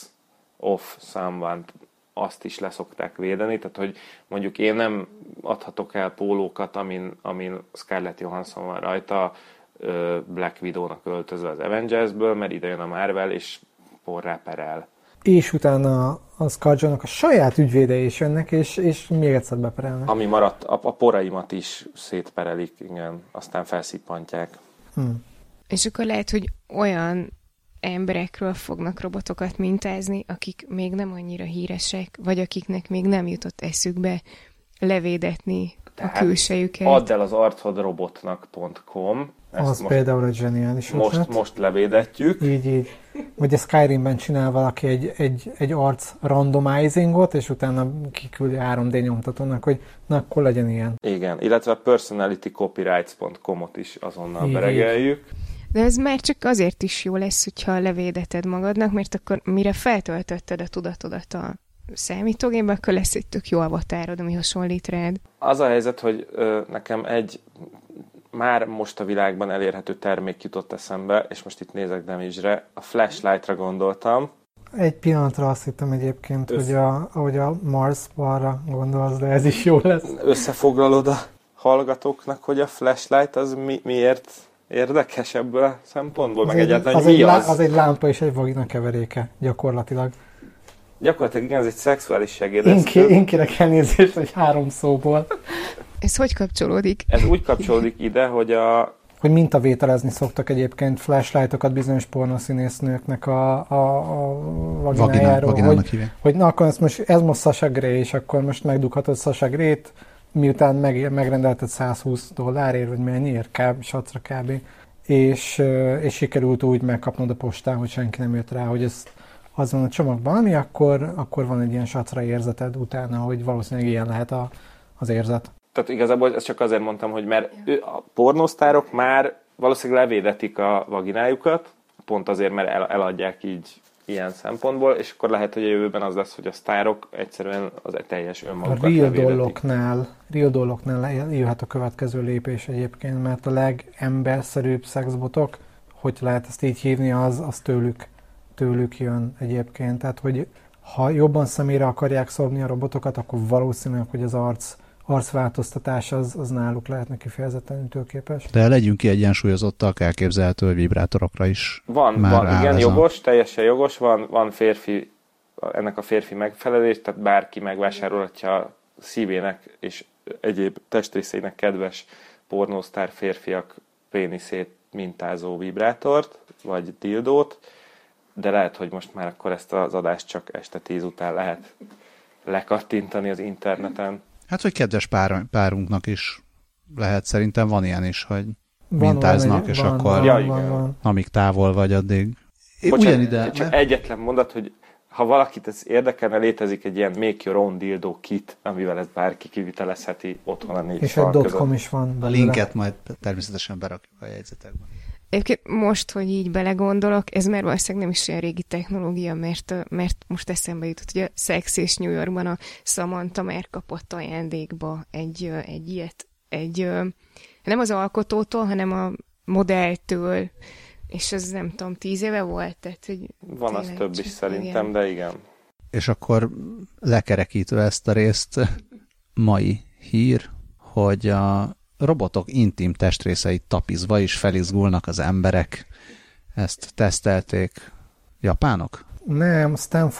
of someone azt is leszokták védeni, tehát hogy mondjuk én nem adhatok el pólókat, amin, amin Scarlett Johansson van rajta, Black Widow-nak öltözve az Avengersből, mert ide jön a Marvel, és porrá perel. És utána a Scarlett a saját ügyvédei is jönnek, és, és még egyszer beperelnek. Ami maradt, a, a poraimat is szétperelik, igen, aztán felszippantják. Hmm. És akkor lehet, hogy olyan emberekről fognak robotokat mintázni, akik még nem annyira híresek, vagy akiknek még nem jutott eszükbe levédetni Tehát a külsejüket. Add el az arcodrobotnak pont com. Az most, például egy zseniális most, ötlet. most levédetjük. Így, így. Vagy a Skyrimben csinál valaki egy, egy, egy arc randomizingot, és utána kiküldi három dé nyomtatónak, hogy na, akkor legyen ilyen. Igen, illetve a personality copyrights pont com-ot is azonnal így, beregeljük. De ez már csak azért is jó lesz, hogyha levédeted magadnak, mert akkor mire feltöltötted a tudatodat a számítógépbe, akkor lesz egy tök jó avatárod, ami hasonlít rád. Az a helyzet, hogy ö, nekem egy már most a világban elérhető termék jutott eszembe, és most itt nézek Damage-re, a flashlightra gondoltam. Egy pillanatra azt hittem egyébként, Össze... hogy a, ahogy a Mars balra gondolsz, de ez is jó lesz. Összefoglalod a hallgatóknak, hogy a flashlight az mi, miért érdekes ebből a szempontból, az meg egy, egyáltalán, az hogy mi egy, az? Az egy lámpa és egy vagina keveréke, gyakorlatilag. Gyakorlatilag igen, ez egy szexuális Én, segédeszköz. ki, én kérek elnézést, egy három szóból. Ez hogy kapcsolódik? Ez úgy kapcsolódik ide, hogy a... Hogy mintavételezni szoktak egyébként flashlightokat bizonyos pornoszínésznőknek a, a, a vaginájáról. Vagina, hogy, hogy na akkor ez most, ez most Sasha Grey, és akkor most megdughatod Sasha Grey-t, miután meg, megrendelted százhúsz dollárért, vagy mennyiért, kb, sacra kb. És, és sikerült úgy megkapnod a postán, hogy senki nem jött rá, hogy ez az van a csomagban, ami akkor, akkor van egy ilyen sacra érzeted utána, hogy valószínűleg ilyen lehet a, az érzet. Tehát igazából ezt csak azért mondtam, hogy mert ő, a pornósztárok már valószínűleg levédetik a vaginájukat, pont azért, mert el, eladják így ilyen szempontból, és akkor lehet, hogy a jövőben az lesz, hogy a sztárok egyszerűen az teljes önmagukat a real levédetik. dolloknál, real dolloknál jöhet a következő lépés egyébként, mert a legemberszerűbb szexbotok, hogy lehet ezt így hívni, az, az tőlük, tőlük jön egyébként. Tehát, hogy ha jobban személyre akarják szabni a robotokat, akkor valószínűleg, hogy az arc arcváltoztatás az, az náluk lehetne kifejezetten ütőképes. De legyünk kiegyensúlyozottak, elképzelhető, hogy vibrátorokra is van, már van, igen, jogos, a... teljesen jogos, van, van férfi, ennek a férfi megfelelés, tehát bárki megvásárolhatja a szívének és egyéb testrészeinek kedves pornósztár férfiak péniszét mintázó vibrátort, vagy dildót, de lehet, hogy most már akkor ezt az adást csak este tíz után lehet lekattintani az interneten. Hát, hogy kedves pár, párunknak is lehet, szerintem van ilyen is, hogy van, mintáznak, van, és van, akkor van, van, van. amíg távol vagy, addig. Bocsánat, ugyanide. Csak egyetlen mondat, hogy ha valakit ez érdekelne, létezik egy ilyen Make Your Own Dildo Kit, amivel ez bárki kivitelezheti otthon a négy és fal egy között. .com is van. A linket majd természetesen berakjuk a jegyzetekben. Egyébként most, hogy így belegondolok, ez már valószínűleg nem is olyan régi technológia, mert, mert most eszembe jutott, hogy a Sex és New Yorkban a Samantha már kapott ajándékba egy, egy ilyet, egy nem az alkotótól, hanem a modelltől, és ez nem tudom, tíz éve volt? Tehát, hogy van az több is szerintem, igen. De igen. És akkor lekerekítve ezt a részt, mai hír, hogy a robotok intim testrészeit tapizva is felizgulnak az emberek. Ezt tesztelték japánok? Nem,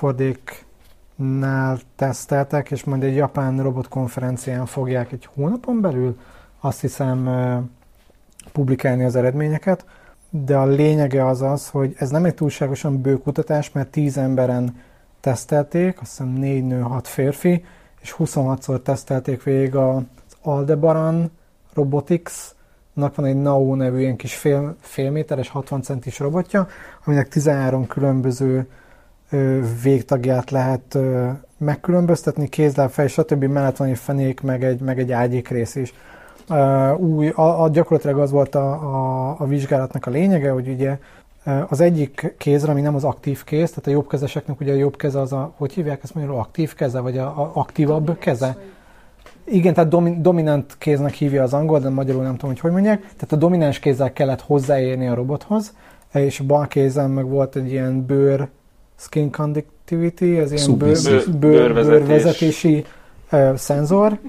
Stanfordéknál teszteltek, és majd egy japán robotkonferencián fogják egy hónapon belül, azt hiszem, publikálni az eredményeket, de a lényege az az, hogy ez nem egy túlságosan bő kutatás, mert tíz emberen tesztelték, azt hiszem négy nő, hat férfi, és huszonhatszor tesztelték végig az Aldebaran Robotics-nak van egy Nao nevű ilyen kis fél, fél méteres, hatvan centis robotja, aminek tizenhárom különböző ö, végtagját lehet ö, megkülönböztetni, kézláb, fej, stb. Mellett van egy fenék, meg egy, meg egy ágyékrész is. Uh, új, a, a, gyakorlatilag az volt a, a, a vizsgálatnak a lényege, hogy ugye az egyik kézre, ami nem az aktív kéz, tehát a jobbkezeseknek ugye a jobb keze az a, hogy hívják ezt magyarul, aktív keze, vagy a, a aktívabb keze? Igen, tehát domin, dominant kéznek hívja az angol, de magyarul nem tudom, hogy hogy mondják. Tehát a domináns kézzel kellett hozzáérni a robothoz, és a bal kézen meg volt egy ilyen bőr, skin conductivity, ez ilyen bőr, bőr, bőr, bőrvezetési uh, szenzor,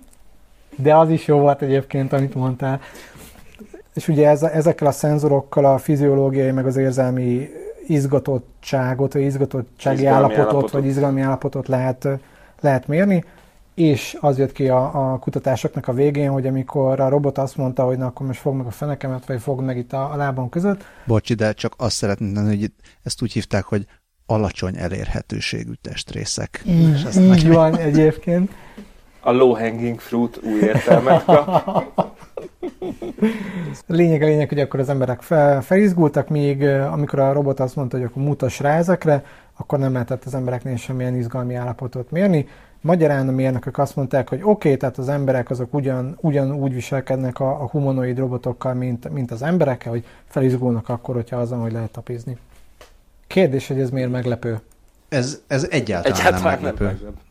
de az is jó volt egyébként, amit mondtál. És ugye ez, ezekkel a szenzorokkal a fiziológiai, meg az érzelmi izgatottságot, vagy izgatottsági állapotot, állapotot, vagy izgalmi állapotot lehet, lehet mérni, és az jött ki a, a kutatásoknak a végén, hogy amikor a robot azt mondta, hogy na akkor most fogd meg a fenekemet, vagy fogd meg itt a, a lábam között. Bocsi, de csak azt szeretném tenni, hogy ezt úgy hívták, hogy alacsony elérhetőségű testrészek. Így, így meg... van egyébként. A low hanging fruit új értelmet kap. Lényeg a lényeg, hogy akkor az emberek fel, felizgultak, míg amikor a robot azt mondta, hogy akkor mutass rá ezekre, akkor nem lehetett az embereknél semmilyen izgalmi állapotot mérni. Magyarán a mérnökök azt mondták, hogy oké, okay, tehát az emberek azok ugyan, ugyanúgy viselkednek a, a humanoid robotokkal, mint, mint az emberekkel, hogy felizgulnak akkor, hogyha azon, hogy lehet tapizni. Kérdés, hogy ez miért meglepő? Ez, ez egyáltalán, egyáltalán nem meglepő. Nem meglepő.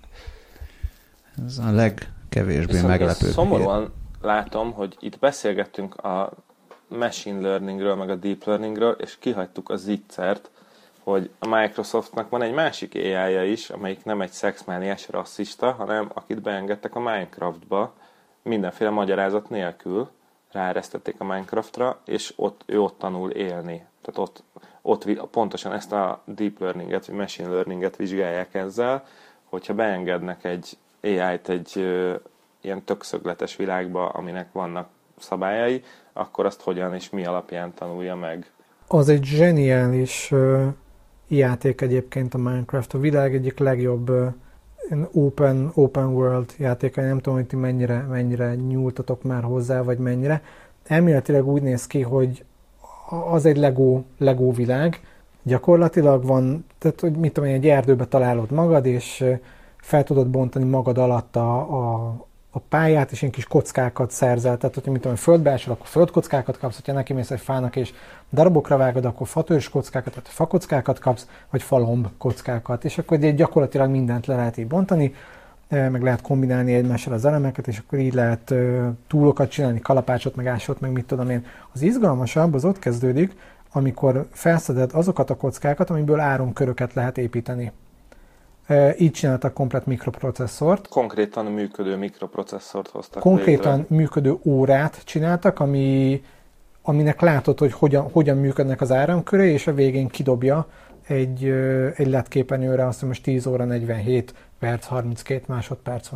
Ez a legkevésbé Viszont meglepő. Szomorúan látom, hogy itt beszélgettünk a machine learningről, meg a deep learningről, és kihagytuk a zicsert, hogy a Microsoftnak van egy másik á í-ja is, amelyik nem egy szexmániás rasszista, hanem akit beengedtek a Minecraftba, mindenféle magyarázat nélkül ráeresztették a Minecraftra, és ott, ő ott tanul élni. Tehát ott, ott pontosan ezt a deep learninget, vagy machine learninget vizsgálják ezzel, hogyha beengednek egy á í-t egy ö, ilyen tökszögletes világba, aminek vannak szabályai, akkor azt hogyan és mi alapján tanulja meg. Az egy zseniális uh, játék egyébként a Minecraft, a világ egyik legjobb uh, open, open world játéka, nem tudom, hogy ti mennyire, mennyire nyúltatok már hozzá, vagy mennyire. Elméletileg úgy néz ki, hogy az egy Lego, Lego világ, gyakorlatilag van, tehát hogy mit tudom én, egy erdőbe találod magad, és uh, fel tudod bontani magad alatt a, a, a pályát, és ilyen kis kockákat szerzel. Tehát, hogyha mit tudom, földbe ásol, akkor földkockákat kapsz, hogyha neki mész egy fának, és darabokra vágod, akkor fatörzs kockákat, tehát fakockákat kapsz, vagy falomb kockákat. És akkor gyakorlatilag mindent le lehet így bontani, meg lehet kombinálni egymással az elemeket, és akkor így lehet túlokat csinálni, kalapácsot, meg ásot, meg mit tudom én. Az izgalmasabb az ott kezdődik, amikor felszeded azokat a kockákat, amiből áramköröket lehet építeni. Így csináltak komplet mikroprocesszort. Konkrétan működő mikroprocesszort hoztak Konkrétan létre. működő órát csináltak, ami, aminek látod, hogy hogyan, hogyan működnek az áramköre, és a végén kidobja egy, egy led képernyőre, azt hiszem most tíz óra negyvenhét perc, harminckét másodperc van.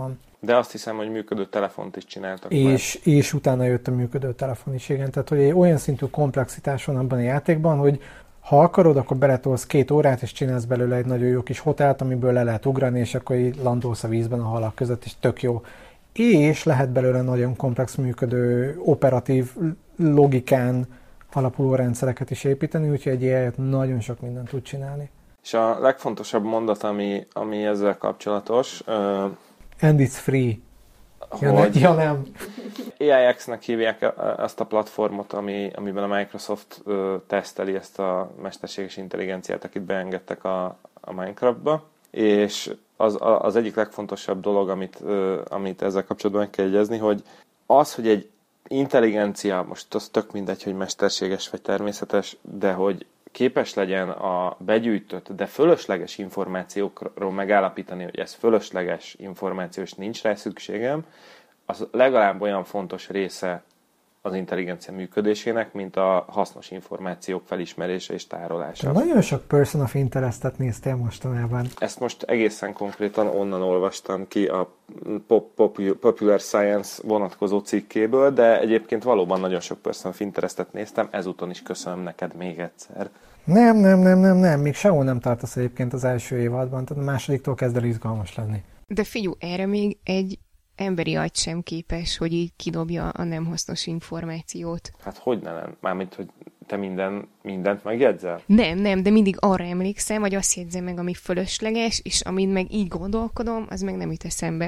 De azt hiszem, hogy működő telefont is csináltak. És, és utána jött a működő telefon is, igen. Tehát, hogy egy olyan szintű komplexitás van abban a játékban, hogy ha akarod, akkor beletolsz két órát, és csinálsz belőle egy nagyon jó kis hotelt, amiből le lehet ugrani, és akkor így landolsz a vízben a halak között, és tök jó. És lehet belőle nagyon komplex működő, operatív logikán alapuló rendszereket is építeni, úgyhogy egy ilyet nagyon sok mindent tud csinálni. És a legfontosabb mondat, ami, ami ezzel kapcsolatos... Uh, And it's free. Ja, hogy ne, ja nem. á i X-nek hívják azt a platformot, ami, amiben a Microsoft uh, teszteli ezt a mesterséges intelligenciát, akit beengedtek a, a Minecraftba, és az, az egyik legfontosabb dolog, amit, uh, amit ezzel kapcsolatban meg kell jegyezni, hogy az, hogy egy intelligencia, most az tök mindegy, hogy mesterséges vagy természetes, de hogy képes legyen a begyűjtött, de fölösleges információkról megállapítani, hogy ez fölösleges információ, és nincs rá szükségem, az legalább olyan fontos része az intelligencia működésének, mint a hasznos információk felismerése és tárolása. Nagyon sok person of interest-et néztél mostanában. Ezt most egészen konkrétan onnan olvastam ki a Pop- Pop- Popular Science vonatkozó cikkéből, de egyébként valóban nagyon sok person of interest-et néztem, ezúton is köszönöm neked még egyszer. Nem, nem, nem, nem, nem, még sehol nem tartasz egyébként az első évadban, tehát a másodiktól kezd el izgalmas lenni. De figyelj, erre még egy emberi agy sem képes, hogy így kidobja a nem hasznos információt. Hát hogy ne lenne? Mármint, hogy te minden, mindent megjegyzel? Nem, nem, de mindig arra emlékszem, vagy azt jegyzem meg, ami fölösleges, és amin meg így gondolkodom, az meg nem jut eszembe.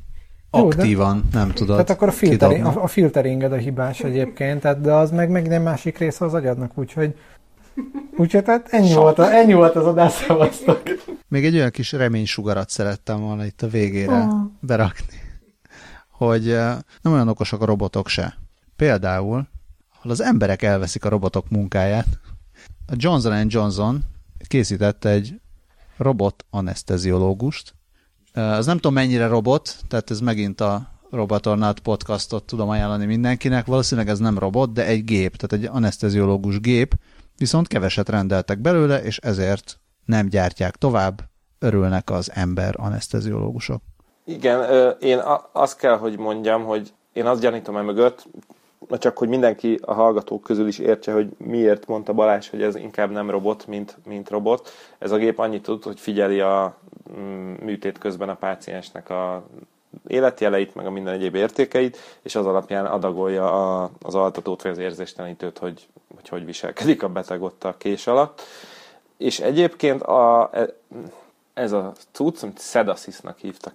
Aktívan, jó, nem tudod. Tehát akkor a, filteri, a, a filteringed a hibás egyébként, tehát, de az meg, meg nem másik része az agyadnak, úgyhogy úgyhogy tehát ennyi, volt, a, ennyi volt az adás, szavaztak. Még egy olyan kis reménysugarat szerettem volna itt a végére oh. berakni, hogy nem olyan okosak a robotok se. Például, ha az emberek elveszik a robotok munkáját, a Johnson and Johnson készített egy robot aneszteziológust. Az nem tudom mennyire robot, tehát ez megint a Robot or Not podcastot tudom ajánlani mindenkinek. Valószínűleg ez nem robot, de egy gép, tehát egy aneszteziológus gép, viszont keveset rendeltek belőle, és ezért nem gyártják tovább, örülnek az ember aneszteziológusok. Igen, én azt kell, hogy mondjam, hogy én azt gyanítom el mögött, csak hogy mindenki a hallgatók közül is értse, hogy miért mondta Balázs, hogy ez inkább nem robot, mint, mint robot. Ez a gép annyit tud, hogy figyeli a műtét közben a páciensnek a életjeleit, meg a minden egyéb értékeit, és az alapján adagolja a, az altatót, vagy az érzéstelenítőt, hogy, hogy hogy viselkedik a beteg ott a kés alatt. És egyébként a, ez a cucc, amit Sedasysnak hívtak,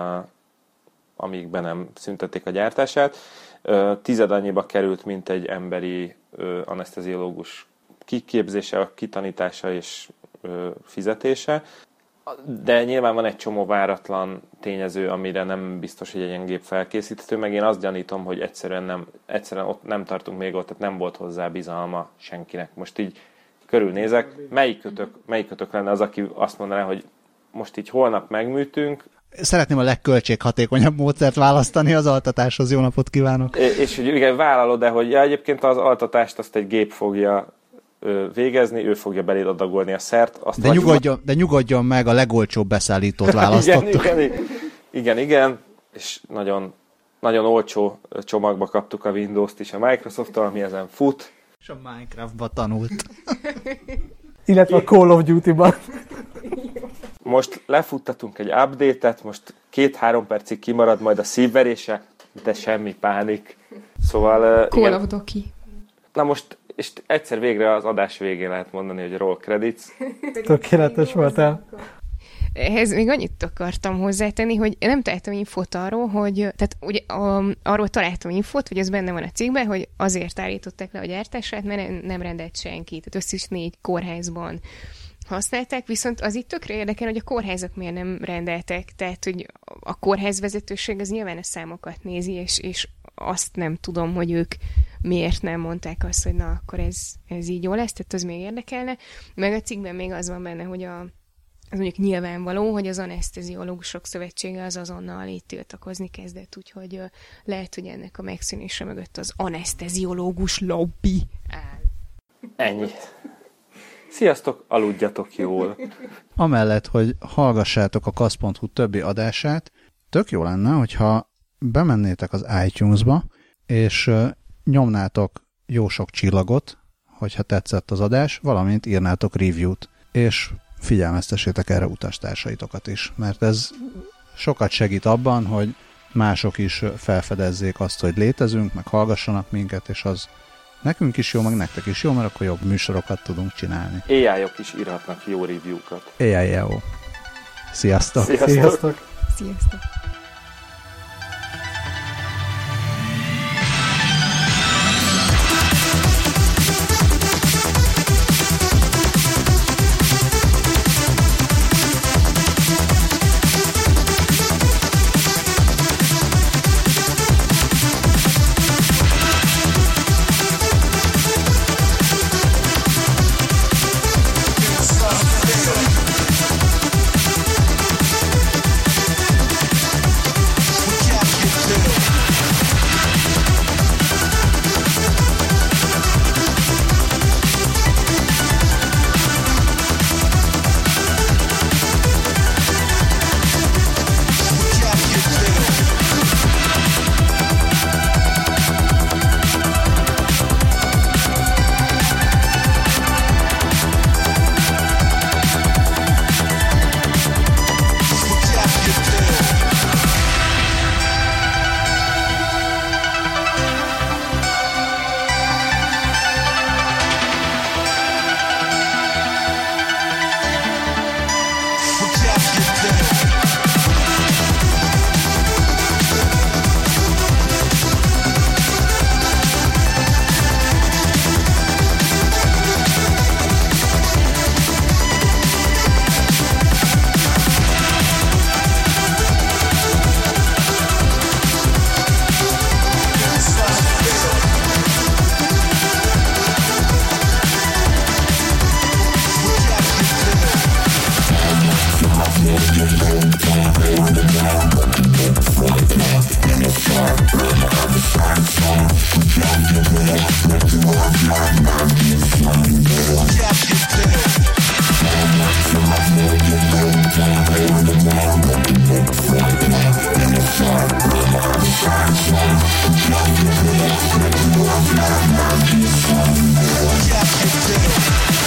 amíg be nem szüntették a gyártását, tized annyiba került, mint egy emberi aneszteziológus kiképzése, kitanítása és fizetése. De nyilván van egy csomó váratlan tényező, amire nem biztos, hogy egy ilyen gép felkészíthető, meg én azt gyanítom, hogy egyszerűen nem, egyszerűen ott nem tartunk még ott, tehát nem volt hozzá bizalma senkinek. Most így körülnézek, melyikötök, melyikötök lenne az, aki azt mondaná, hogy most így holnap megműtünk. Szeretném a legköltséghatékonyabb módszert választani az altatáshoz. Jó napot kívánok! És, és hogy igen, vállalod, de hogy ja, egyébként az altatást azt egy gép fogja végezni, ő fogja beléd adagolni a szert. Azt de, nyugodjon, de nyugodjon meg, a legolcsóbb beszállítót választottuk. igen, igen, igen, igen, és nagyon, nagyon olcsó csomagba kaptuk a Windows-t is a Microsoft-tól, ami ezen fut. És a Minecraft-ba tanult. Illetve a Call of Duty-ban. Most lefuttatunk egy update-et, most két-három percig kimarad majd a szívverése, de semmi pánik. Szóval... Call igen. of Duty. Na most, és egyszer végre az adás végén lehet mondani, hogy roll credits. Tökéletes voltál. Ehhez még annyit akartam hozzátenni, hogy nem találtam infót arról, hogy, tehát ugye a, arról találtam infót, hogy ez benne van a cikkben, hogy azért állították le a gyártását, mert nem rendelt senki. Tehát összes négy kórházban használták, viszont az itt tökre érdekel, hogy a kórházak miért nem rendeltek. Tehát, hogy a kórház vezetőség az nyilván a számokat nézi, és, és azt nem tudom, hogy ők miért nem mondták azt, hogy na, akkor ez, ez így jó lesz, tehát az még érdekelne. Meg a cikkben még az van benne, hogy a, az mondjuk nyilvánvaló, hogy az aneszteziológusok szövetsége az azonnal itt tiltakozni kezdett, úgyhogy uh, lehet, hogy ennek a megszűnése mögött az aneszteziológus lobby áll. Ennyi. Sziasztok, aludjatok jól! Amellett, hogy hallgassátok a kasz pont hu többi adását, tök jó lenne, hogyha bemennétek az iTunes-ba, és nyomnátok jó sok csillagot, hogyha tetszett az adás, valamint írnátok review-t, és figyelmeztessétek erre utastársaitokat is, mert ez sokat segít abban, hogy mások is felfedezzék azt, hogy létezünk, meg hallgassanak minket, és az nekünk is jó, meg nektek is jó, mert akkor jobb műsorokat tudunk csinálni. á í-ok is írhatnak jó review-kat. á í ó. Sziasztok! Sziasztok! Sziasztok! Sziasztok! Yeah.